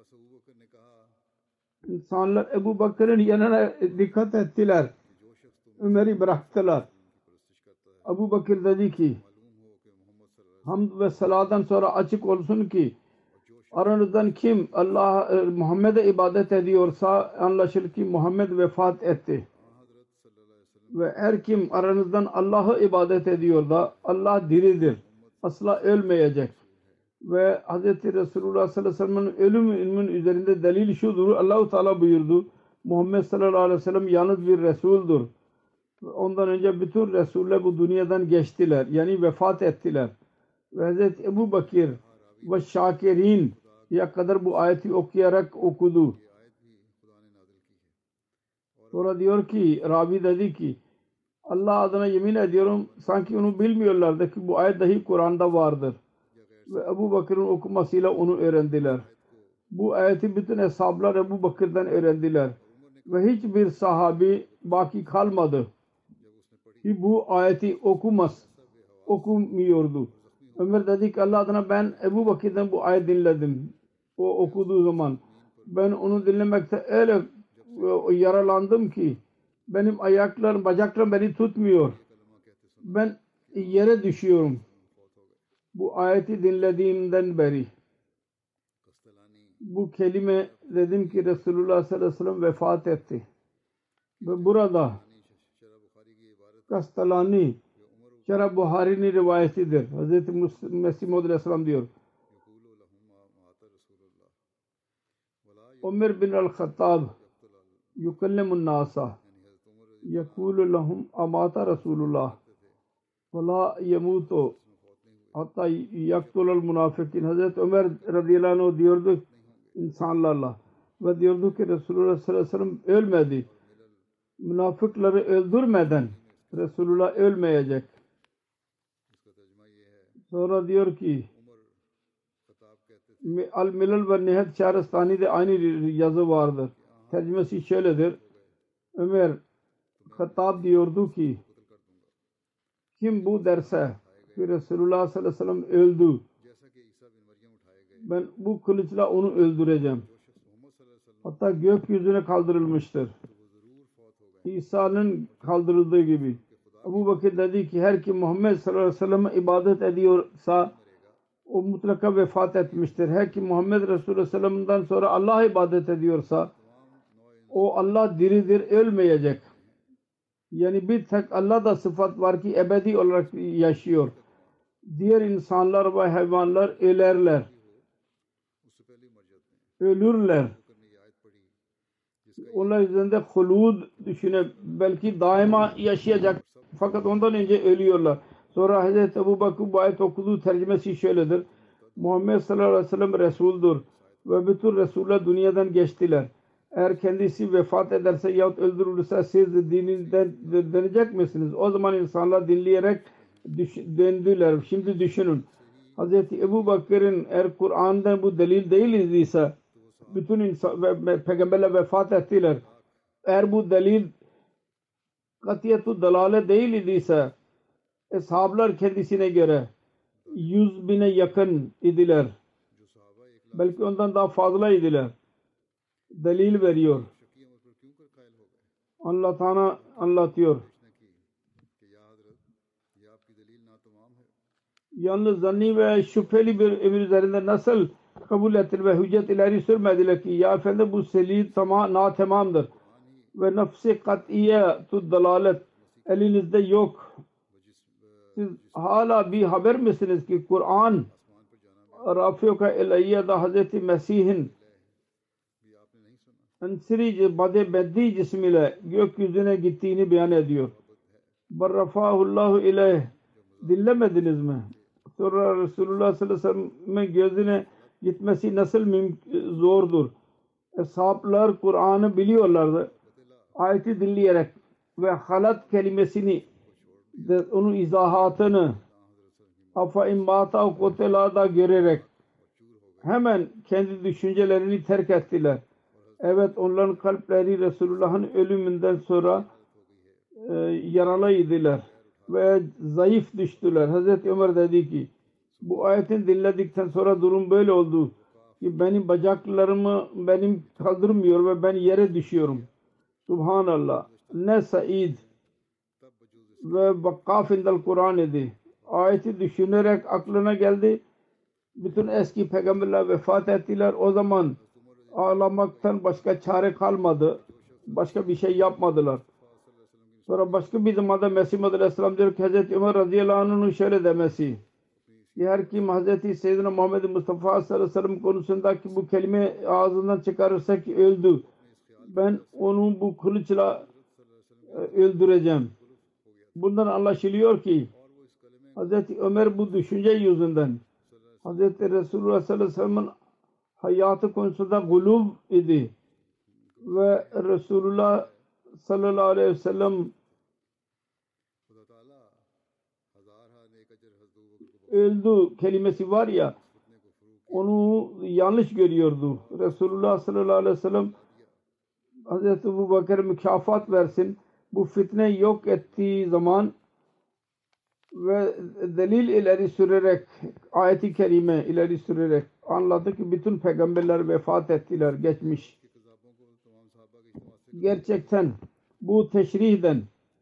İnsanlar Ebu Bakır'ın yanına dikkat ettiler. Ömer'i bıraktılar. Abu Bakır dedi ki hamd ve saladan sonra açık olsun ki aranızdan kim Muhammed'e ibadet ediyorsa anlaşılır ki Muhammed vefat etti. Ve her kim aranızdan Allah'a ibadet ediyor da Allah diridir. Asla ölmeyecek. Ve Hz. Resulullah sallallahu aleyhi ve sellem'in ölümünün üzerinde delil şudur. Allah-u Teala buyurdu. Muhammed sallallahu aleyhi ve sellem yalnız bir Resul'dur. Ondan önce bütün Resuller bu dünyadan geçtiler. Yani vefat ettiler. Ve Hz. Ebu Bakır ve Şakirin ya kadar bu ayeti okuyarak okudu. Sonra diyor ki Rabi dedi ki Allah adına yemin ediyorum sanki onu bilmiyorlardı ki bu ayet dahi Kur'an'da vardır. Ve Ebu Bakır'ın okumasıyla onu öğrendiler. Bu ayeti bütün eshablar Ebu Bakır'dan öğrendiler. Ve hiçbir sahabi baki kalmadı ki bu ayeti okumuyordu. Ömer dedi ki Allah adına ben Ebu Bakır'dan bu ayet dinledim. O okuduğu zaman ben onu dinlemekte öyle yaralandım ki benim bacaklarım beni tutmuyor. Ben yere düşüyorum. Bu ayeti dinlediğimden beri. Bu kelime dedim ki Resulullah sallallahu aleyhi ve sellem vefat etti. Ve burada Kastalani Şerab Buhari'nin rivayetidir. Hz. Mesih Maud aleyhisselam diyor. Ömer bin al-Khattab yukallimun nasa yekulu lahum amata Resulullah ve la yemutu hatta yaktulul munafikin. Hazreti Ömer radıyallahu anh diyordu insanlarla ve diyordu ki Resulullah sallallahu aleyhi ve sellem ölmedi. Münafıkları öldürmeden Resulullah ölmeyecek. Sonra diyor ki Al-Milal ve Nihayet Şahristani'de aynı yazı vardır. Tercümesi şöyledir. Ömer Hattab diyordu ki kim bu derse ki Resulullah sallallahu aleyhi ve sellem öldü. Ben bu kılıçla onu öldüreceğim. Hatta gökyüzüne kaldırılmıştır. İsa'nın kaldırıldığı gibi. Ebu Bakır dedi ki her kim Muhammed sallallahu aleyhi ve sellem'e ibadet ediyorsa o mutlaka vefat etmiştir. Her kim Muhammed Resulullah sallallahu aleyhi ve sellem'den sonra Allah'a ibadet ediyorsa o Allah diridir, ölmeyecek. Yani bir tek Allah'da sıfat var ki ebedi olarak yaşıyor. Diğer insanlar ve hayvanlar ölürler. Onlar üzerinde hulud düşüne belki daima yaşayacak. Fakat ondan önce ölüyorlar. Sonra Hazreti Ebu Bakır bu ayet okuduğu tercümesi şöyledir. Muhammed sallallahu aleyhi ve sellem Resul'dur ve bütün Resuller dünyadan geçtiler. Eğer kendisi vefat ederse yahut öldürülürse siz dininden dönecek misiniz? O zaman insanlar dinleyerek döndüler. Şimdi düşünün. Hazreti Ebu Bakır'ın eğer Kur'an'dan bu delil değil idiyse bütün insan ve peygamberler vefat ettiler. Eğer bu delil katiyetu dalale değil idiyse eshablar kendisine göre 100.000'e yakın idiler. Belki ondan daha fazla idiler. Delil veriyor. Allah Teala anlatıyor. Yalnız zanni ve şüpheli bir emir üzerinde nasıl kabul ettiler ve hüccet ileri sürmediler ki ya efendim bu selil natamamdır ve nefsi katiyetu dalalet elinizde yok. Siz hala bir haber misiniz ki Kur'an Rafiuka ilayyada Hazreti Mesih'in Ansiri Beddi cismiyle gökyüzüne gittiğini beyan ediyor. Barrafahullahu ileyh dinlemediniz mi? Sonra Resulullah sallallahu aleyhi ve sellem'in gözüne gitmesi nasıl zordur. Eshablar Kur'an'ı biliyorlardı. Ayeti dinleyerek ve halat kelimesini onun izahatını afa imbata kotelada görerek hemen kendi düşüncelerini terk ettiler. Evet onların kalpleri Resulullah'ın ölümünden sonra yaralıydılar ve zayıf düştüler. Hazreti Ömer dedi ki bu ayetin dinledikten sonra durum böyle oldu ki benim bacaklarımı kaldırmıyor ve ben yere düşüyorum. Subhanallah. Ne Said ve vakkaf indel Kur'an idi. Ayeti düşünerek aklına geldi. Bütün eski peygamberler vefat ettiler. O zaman ağlamaktan başka çare kalmadı. Başka bir şey yapmadılar. Sonra başka bir zamanda Mesih Aleyhisselam diyor ki Hazreti Ömer radıyallahu anh'ın şöyle demesi. Her kim Hazreti Seyyidina Muhammed Mustafa sallallahu aleyhi ve sellem konusundaki bu kelime ağzından çıkarırsa ki öldü. Ben onu bu kılıçla öldüreceğim. Bundan anlaşılıyor ki Hazreti Ömer bu düşünce yüzünden Hazreti Resulullah sallallahu aleyhi ve sellem'in hayatı konusunda gulub idi. Ve Resulullah sallallahu aleyhi ve sellem öldü kelimesi var ya, onu yanlış görüyordu. Resulullah sallallahu aleyhi ve sellem Hazreti Ebu Bakır mükafat versin. Bu fitne yok ettiği zaman ve delil ileri sürerek, ayet-i kerime ileri sürerek anladı ki bütün peygamberler vefat ettiler, geçmiş. Gerçekten bu teşrihden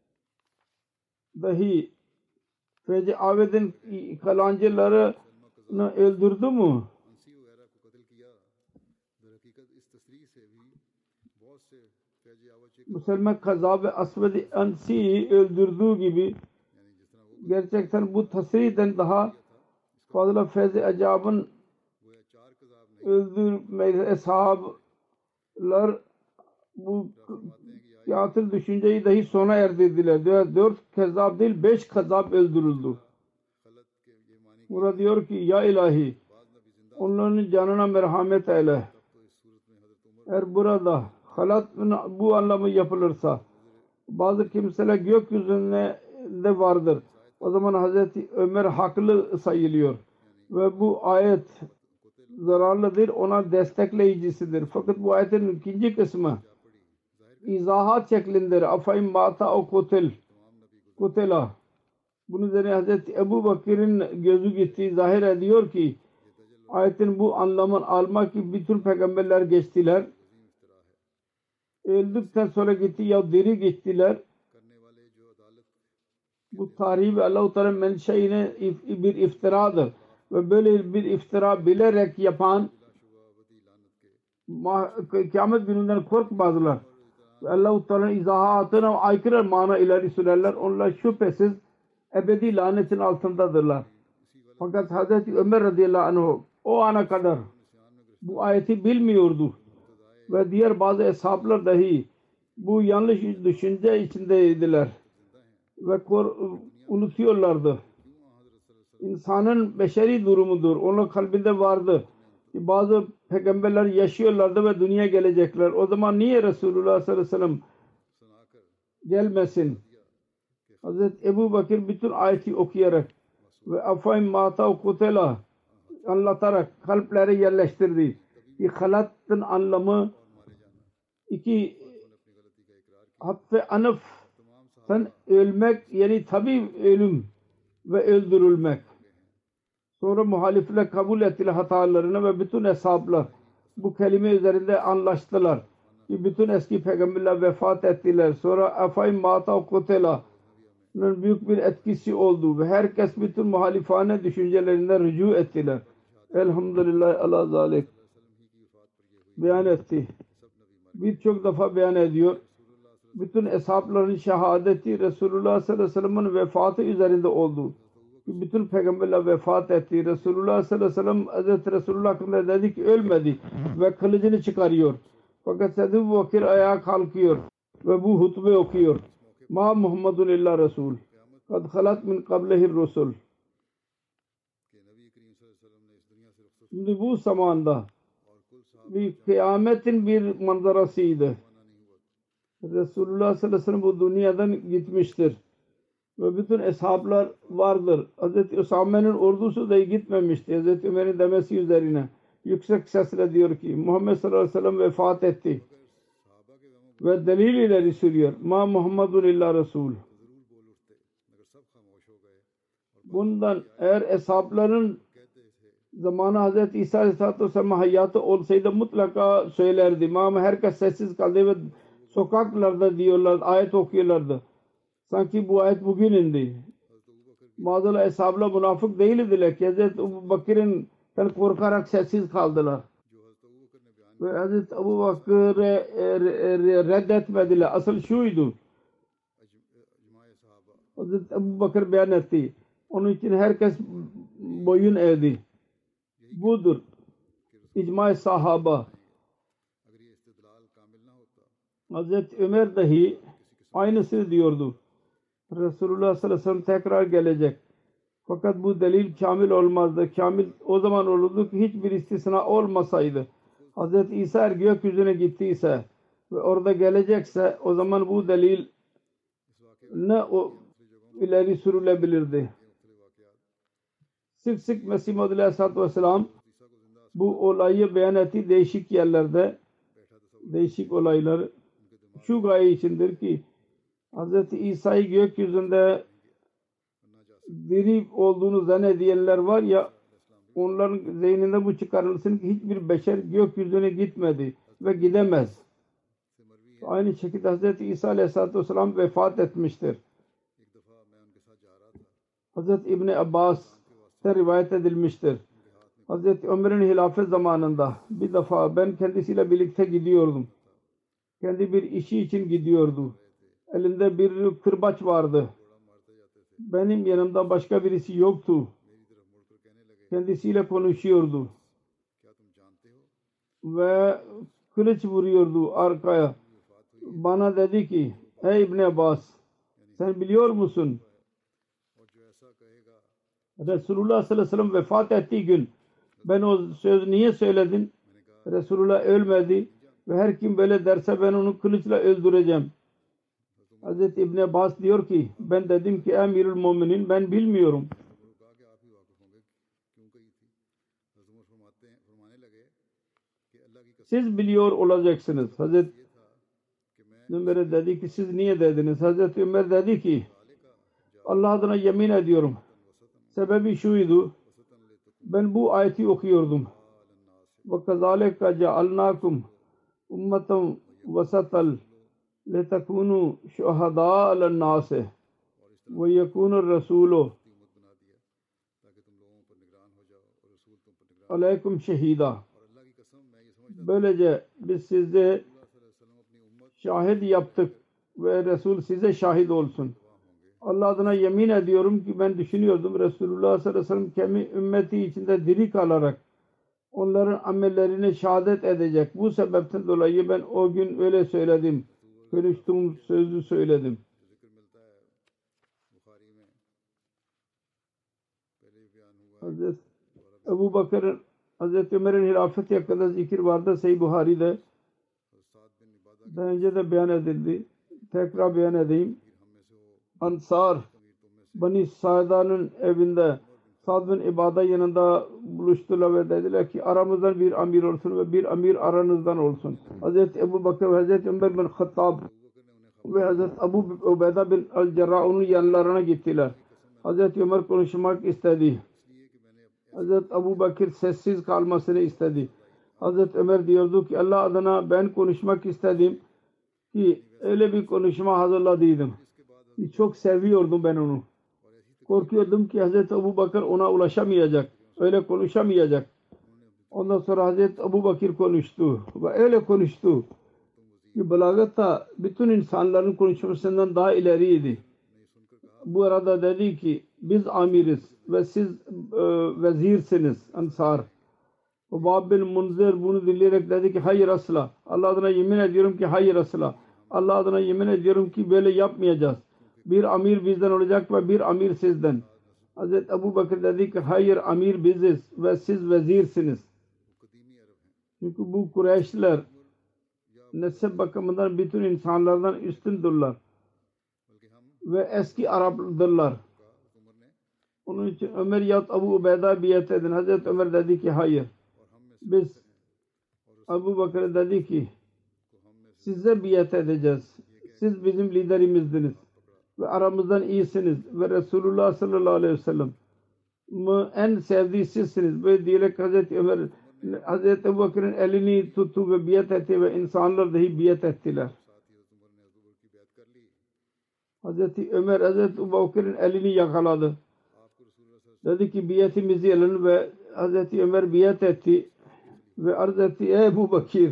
dahi Feyzi Abidin kalancılarını öldürdü mü? Müslüman Kazab-ı Asvad-ı Ansi'yi öldürdüğü gibi gerçekten bu tasrihden daha fazla Feyzi Acab'ın öldürmeyi eshablar bu yatıl düşünceyi dahi sona erdirdiler. 4 Kazab değil 5 Kazab öldürüldü. Burada diyor ki ya ilahi onların canına merhamet eyle. Eğer burada halatın bu anlamı yapılırsa bazı kimseler gökyüzünde de vardır. O zaman Hazreti Ömer haklı sayılıyor. Ve bu ayet zararlıdır. Ona destekleyicisidir. Fakat bu ayetin ikinci kısmı izahat şeklindedir. Afayim mata o kutela. Bunun üzerine Hazreti Ebu Bakır'ın gözü gitti. Zahir ediyor ki ayetin bu anlamını almak ki bütün peygamberler geçtiler. Öldükten sonra gitti ya diri gittiler. Bu tarihi ve Allah-u Teala menşeine bir iftiradır. Ve böyle bir iftira bilerek yapan kıyamet gününden korkmazlar. Allah-u Teala'nın izahatına aykırı mana ileri sürerler. Onlar şüphesiz ebedi lanetin altındadırlar. Fakat Hazreti Ömer radıyallahu anh o ana kadar bu ayeti bilmiyordu. Ve diğer bazı eshablar dahi bu yanlış düşünce içindeydiler. Ve unutuyorlardı. İnsanın beşeri durumudur. Onun kalbinde vardı. Bazı peygamberler yaşıyorlardı ve dünya gelecekler. O zaman niye Resulullah sallallahu aleyhi ve sellem gelmesin? Hazreti Ebu Bakır bütün ayeti okuyarak ve afayim mata kutela anlatarak kalpleri yerleştirdi. Ki halatın anlamı iki haffe anıf sen ölmek yani tabi ölüm ve öldürülmek. Sonra muhalifler kabul ettiler hatalarını ve bütün hesaplar bu kelime üzerinde anlaştılar. Ki bütün eski peygamberler vefat ettiler. Sonra afayim mata kutela'nın büyük bir etkisi oldu ve herkes bütün muhalifane düşüncelerinden rücu ettiler. Elhamdülillah ala zalik beyan etti. Birçok defa beyan ediyor. Bütün eshabların şehadeti Resulullah sallallahu aleyhi ve sellem'in vefatı üzerinde oldu. Bütün peygamberler vefat etti. Resulullah sallallahu aleyhi ve sellem Hazreti Resulullah hakkında dedi ki ölmedi ve kılıcını çıkarıyor. Fakat Hazreti Ebu Bakır ayağa kalkıyor ve bu hutbe okuyor. Ma Muhammedun illa Resul. Kad halat min qablehir Resul. Şimdi bu zamanda bir kıyametin bir manzarasıydı. Resulullah sallallahu aleyhi ve sellem bu dünyadan gitmiştir. Ve bütün eshablar vardır. Hazreti Usame'nin ordusu da gitmemişti. Hazreti Ömer'in demesi üzerine yüksek sesle diyor ki Muhammed sallallahu aleyhi ve sellem vefat etti. Ve delil ileri sürüyor. Ma Muhammedun illa Resul. Bundan eğer eshabların zamanı Hazreti İsa aleyhissalatü vesselam hayatı olsaydı mutlaka söylerdi. Ama herkes sessiz kaldı ve sokaklarda diyorlar, ayet okuyorlardı. Sanki bu ayet bugün indi. Maazallah eshabla münafık değildiler ki Hazreti Ebu Bakır'ın korkarak sessiz kaldılar. Ve Hazreti Ebu Bakır'ı reddetmediler. Asıl şuydu. Hazreti Ebu Bakır beyan etti. Onun için herkes boyun eğdi. Budur. İcma-i sahaba. Hazreti Ömer dahi aynısını diyordu. Resulullah sallallahu aleyhi ve sellem tekrar gelecek. Fakat bu delil kamil olmazdı. Kamil o zaman olurdu ki hiçbir istisna olmasaydı. Hz. İsa gökyüzüne gittiyse ve orada gelecekse o zaman bu delil ne ileri sürülebilirdi. Sık sık Mesih Maud Aleyhisselatü Vesselam bu olayı beyan etti değişik yerlerde. Değişik olaylar şu gaye içindir ki Hz. İsa'yı gökyüzünde diri olduğunu zannediyenler var ya, onların zihninde bu çıkarılsın ki hiçbir beşer gökyüzüne gitmedi ve gidemez. Aynı şekilde Hz. İsa Aleyhisselatü Vesselam vefat etmiştir. Hz. İbni Abbas'ten rivayet edilmiştir. Hz. Ömer'in hilafet zamanında bir defa ben kendisiyle birlikte gidiyordum. Kendi bir işi için gidiyordu. Elinde bir kırbaç vardı. Benim yanımda başka birisi yoktu. Kendisiyle konuşuyordu. Ve kılıç vuruyordu arkaya. Bana dedi ki, ey İbn Abbas, sen biliyor musun? Resulullah sallallahu aleyhi ve sellem vefat ettiği gün ben o sözü niye söyledin? Resulullah ölmedi ve her kim böyle derse ben onu kılıçla öldüreceğim. Hz. İbn Abbas diyor ki ben dedim ki Emirül Müminin ben bilmiyorum. Siz biliyor olacaksınız. Hz. Ömer dedi ki siz niye dediniz? Hz. Ömer dedi ki Allah adına yemin ediyorum. Sebebi şuydu. Ben bu ayeti okuyordum. Ve kazalika cealnakum ummetan vasatal letekunu şuhada alen nase ve yekunur rasulu aleykum şehida. Böylece biz size şahit yaptık ve Resul size şahit olsun. Allah adına yemin ediyorum ki ben düşünüyordum Resulullah sallallahu aleyhi ve sellem kendi ümmeti içinde diri kalarak onların amellerini şehadet edecek. Bu sebepten dolayı ben o gün öyle söyledim. Konuştuğum sözü söyledim. Hazreti Ebu Bakır'ın Hazreti Ömer'in hilafeti hakkında zikir vardı Sahih Buhari'de. Daha önce de beyan edildi. Tekrar beyan edeyim. Ansar Bani Sa'da'nın evinde Sa'd bin İbada yanında buluştular ve dediler ki aramızdan bir amir olsun ve bir amir aranızdan olsun. Hazreti Ebu Bakır ve Hazreti Ömer bin Khattab ve Hazreti Abu Ubeyda bin Al-Cerrah onun yanlarına gittiler. Hazreti Ömer konuşmak istedi. Hazreti Abu Bakır sessiz kalmasını istedi. Hazreti Ömer diyordu ki Allah adına ben konuşmak istedim ki öyle bir konuşma hazırladıydım. Çok seviyordum ben onu. Korkuyordum ki Hazreti Ebu Bakır ona ulaşamayacak. Öyle konuşamayacak. Ondan sonra Hazreti Ebu Bakır konuştu. Ve öyle konuştu ki balagatta bütün insanların konuşmasından daha ileriydi. Bu arada dedi ki biz amiriz ve siz vezirsiniz Ansar. Vahb bin Munzir bunu dinleyerek dedi ki hayır asla. Allah adına yemin ediyorum ki hayır asla. Allah adına yemin ediyorum ki böyle yapmayacağız. Bir amir bizden olacak ve bir amir sizden. Hazreti Ebu Bakır dedi ki hayır amir biziz ve siz vezirsiniz. Çünkü bu Kureyşliler nesep bakımından bütün insanlardan üstündürler. Ve eski Arap'dırlar. Onun için Ömer yahut Abu Ubeyda biat edin. Hazreti Ömer dedi ki hayır. Biz Abu Bakır dedi ki size biat edeceğiz. Siz bizim liderimizdiniz. Ve aramızdan iyisiniz. Ve Resulullah sallallahu aleyhi ve sellem en sevdiği sizsiniz. Böyle diyerek Hazreti Ömer Hazreti Ebu Bakır'ın elini tuttu ve biat etti ve insanlar dahi biat ettiler. Hazreti Ömer Hazreti Ebu Bakır'ın elini yakaladı. Dedi ki biatimizi alın ve Hazreti Ömer biat etti ve arz etti: ey Ebu Bakır,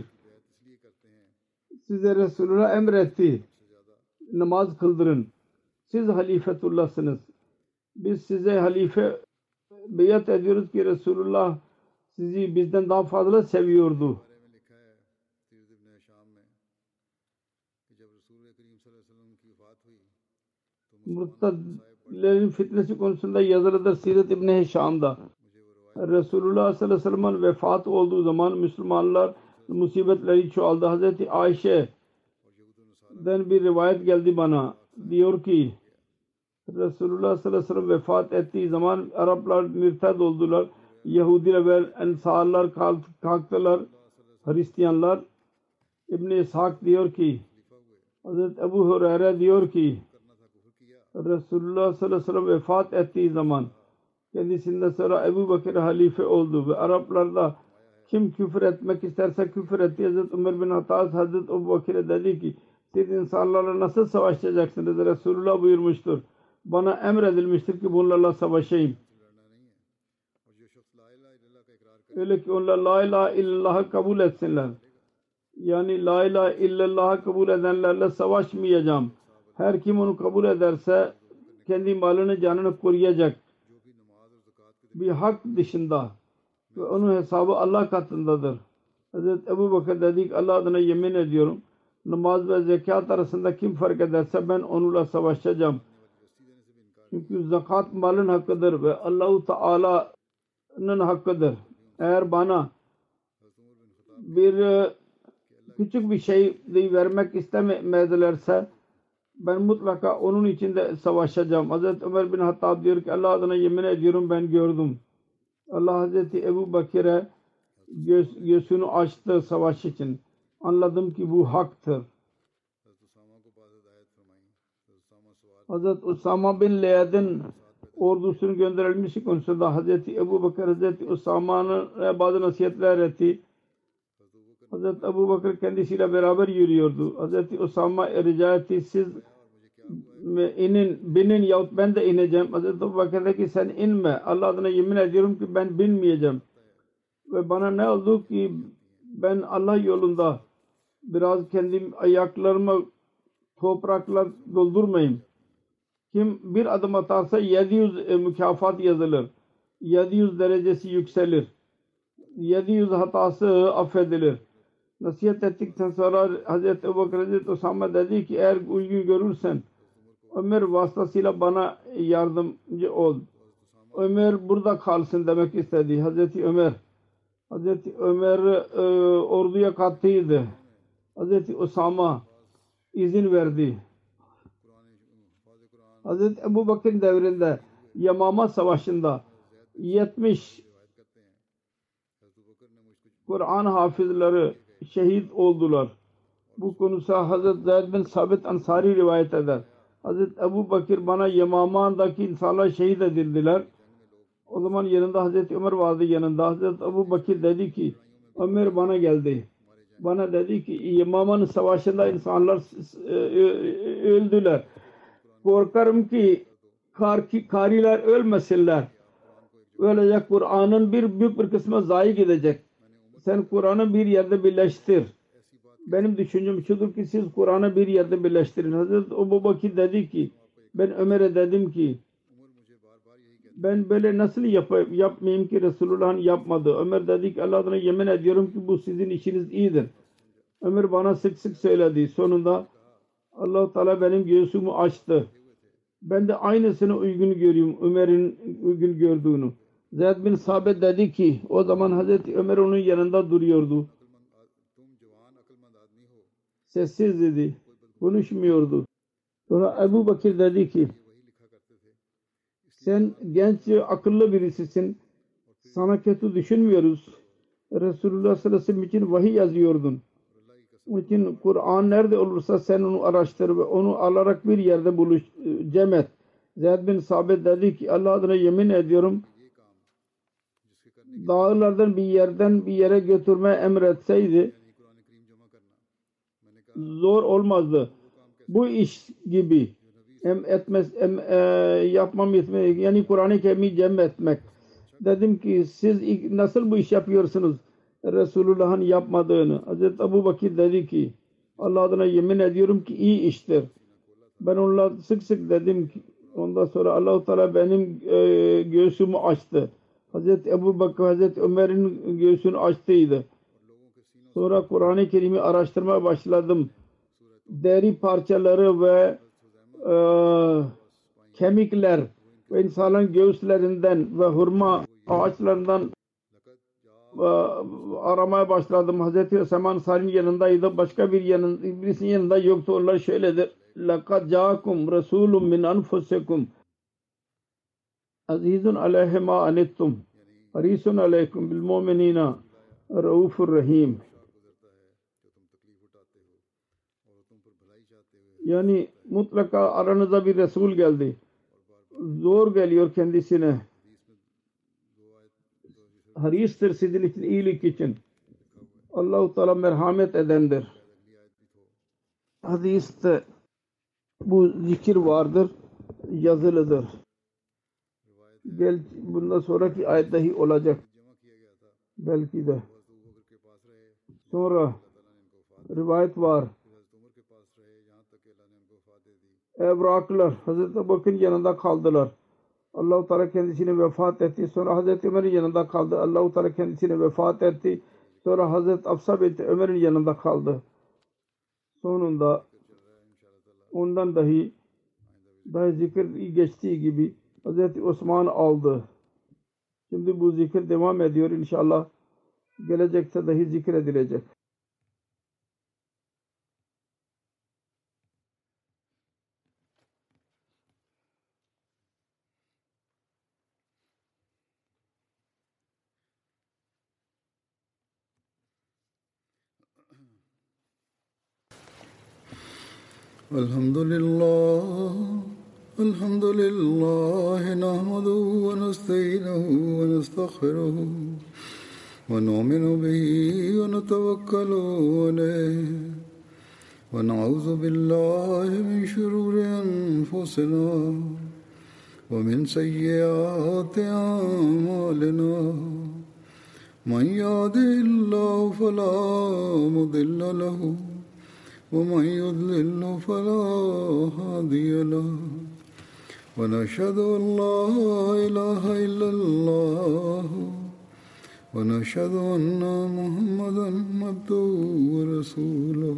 size Resulullah emretti, namaz kıldırın. Siz halifetullahsınız. Biz size halife biat ediyoruz ki Resulullah sizi bizden daha fazla seviyordu. Murtadlerin fitnesi konusunda yazılıdır Sirat İbni Hişam'da. Resulullah sallallahu aleyhi ve sellem'in vefat olduğu zaman Müslümanlar musibetleri çoğaldı. Hazreti Ayşe'den bir rivayet geldi bana. Diyor ki Resulullah sallallahu aleyhi ve sellem vefat ettiği zaman Araplar mürted oldular. Yahudiler ve Ensarlar kalktılar. Hristiyanlar. İbn-i İshak diyor ki Hazreti Ebu Hureyre diyor ki Resulullah sallallahu aleyhi ve sellem vefat ettiği zaman kendisinden sonra Ebu Bakır halife oldu ve Araplarda kim küfür etmek isterse küfür etti. Hazreti Ömer bin Hattab Hazreti Ebu Bakır'a dedi ki siz insanlarla nasıl savaşacaksınız? Resulullah buyurmuştur. Bana emredilmiştir ki bunlarla savaşayım. Öyle ki onlar la ilahe illallah'ı kabul etsinler. Yani la ilahe illallah'ı kabul edenlerle savaşmayacağım. Her kim onu kabul ederse kendi malını canını koruyacak. Bir hak dışında ve onun hesabı Allah katındadır. Hazreti Ebu Bakır dedi ki Allah adına yemin ediyorum namaz ve zekat arasında kim fark ederse ben onunla savaşacağım. Çünkü zekat malın hakkıdır ve Allah-u Teala'nın hakkıdır. Eğer bana bir küçük bir şey vermek istemedilerse ben mutlaka onun için de savaşacağım. Hazreti Ömer bin Hattab diyor ki Allah adına yemin ediyorum ben gördüm. Allah Hazreti Ebu Bakır'e göğsünü açtı savaş için. Anladım ki bu haktır. Hazreti Usama bin Laden'in ordusunun gönderilmesi konusunda Hazreti Ebu Bakır Hazreti Usama'nın bazı nasihatler etti. Hazreti Ebu Bakır kendisiyle beraber yürüyordu. Hazreti Usama rica etti siz binin yahut ben de ineceğim. Hazreti Ebu Bakır dedi ki sen inme. Allah adına yemin ediyorum ki ben binmeyeceğim. Ve bana ne oldu ki ben Allah yolunda biraz kendim ayaklarımı toprakla doldurmayayım. Kim bir adım atarsa 700 mükafat yazılır. 700 derecesi yükselir. 700 hatası affedilir. Nasihat ettikten sonra Hazreti Ebu Bakır Hazreti Usama dedi ki eğer uygun görürsen Ömer vasıtasıyla bana yardımcı ol. Ömer burada kalsın demek istedi. Hazreti Ömer orduya kattıydı. Hazreti Usama izin verdi. Hazreti Ebu Bakır devrinde Yamama Savaşı'nda 70 Kur'an hafızları şehit oldular. Bu konuda Hazreti Zeyd bin Sabit Ansari rivayet eder. Hazreti Ebu Bakır bana Yamama'daki insanlar şehit edildiler. O zaman yanında Hazreti Ömer vardı yanında. Hazreti Ebu Bakır dedi ki Ömer bana geldi. Bana dedi ki Yamama'nın savaşında insanlar öldüler. Korkarım ki kariler ölmesinler. Öylece Kur'an'ın büyük bir kısmı zayi gidecek. Sen Kur'an'ı bir yerde birleştir. Benim düşüncem şudur ki siz Kur'an'ı bir yerde birleştirin. Hazreti Ebu Bakır dedi ki ben Ömer'e dedim ki ben böyle nasıl yapmayayım ki Resulullah'ın yapmadı. Ömer dedi ki Allah adına yemin ediyorum ki bu sizin işiniz iyidir. Ömer bana sık sık söyledi. Sonunda Allah-u Teala benim göğsümü açtı. Ben de aynısını uygun görüyorum. Ömer'in uygun gördüğünü. Zeyd bin Sabit dedi ki o zaman Hazreti Ömer onun yanında duruyordu. Sessiz dedi. Konuşmuyordu. Sonra Ebu Bakır dedi ki sen genç akıllı birisisin. Sana kötü düşünmüyoruz. Resulullah sallallahu aleyhi ve sellem için vahiy yazıyordun. Onun için Kur'an nerede olursa sen onu araştır ve onu alarak bir yerde cem et. Zeyd bin Sabit dedi ki Allah adına yemin ediyorum dağlardan bir yerden bir yere götürme emretseydi zor olmazdı. Bu iş gibi yapmam etmek, yani Kur'an-ı Kerim'i cem etmek. Dedim ki siz nasıl bu iş yapıyorsunuz? Resulullah'ın yapmadığını. Hazreti Ebu Bakir dedi ki Allah adına yemin ediyorum ki iyi iştir. Ben onunla sık sık dedim ki ondan sonra Allah-u Teala benim göğsümü açtı. Hazreti Ebu Bakır Hazreti Ömer'in göğsünü açtıydı. Sonra Kur'an-ı Kerim'i araştırmaya başladım. Deri parçaları ve kemikler ve insanların göğüslerinden ve hurma ağaçlarından aramaya başladım. Hazreti Seman Salim yanındaydı. Başka birisinin yanında yoktu. Onlar şöyledir. لَقَدْ جَاءَكُمْ رَسُولٌ مِّنْ أَنْفُسِكُمْ عَزِيزٌ عَلَيْهِ مَا عَنِتُّمْ حَرِيصٌ عَلَيْكُمْ بِالْمُؤْمِنِينَ رَءُوفٌ رَحِيمٌ. Yani mutlaka aranıza bir Resul geldi. Zor geliyor kendisine. Haristir sizin için, iyilik için. Allah-u Teala merhamet edendir. Hadiste bu zikir vardır, yazılıdır. Bundan sonraki ayet dahi olacak. Belki de. Sonra rivayet var. Evraklar Hazreti Ebu Bakır'ın yanında kaldılar. Allah-u Teala kendisine vefat etti. Sonra Hazreti Ömer'in yanında kaldı. Allah-u Teala kendisine vefat etti. Sonra Hazreti Hafsa binti Ömer'in yanında kaldı. Sonunda ondan dahi zikir geçtiği gibi Hazreti Osman aldı. Şimdi bu zikir devam ediyor. İnşallah gelecekte dahi zikredilecek. الحمد لله نحمده ونستعينه ونستغفره ونؤمن به ونتوكل عليه ونعوذ بالله من شرور أنفسنا ومن سيئات أعمالنا من يهده الله فلا مضل له ومن يضلل فلا هادي له ونشهد أن لا إله إلا الله ونشهد أن محمدا عبده ورسوله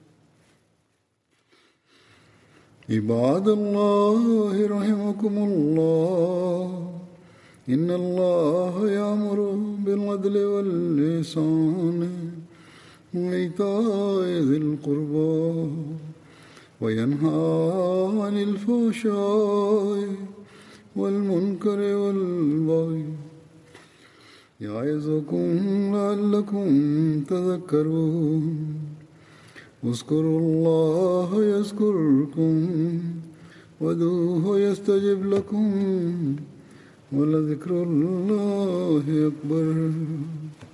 عباد الله رحمكم الله إن الله يأمر بالعدل والإحسان وإيتاء ذي القربى وينهى عن الفحشاء والمنكر والبغي يعظكم لعلكم تذكرون اذكروا الله يذكركم وادعوه يستجب لكم ولذكر الله أكبر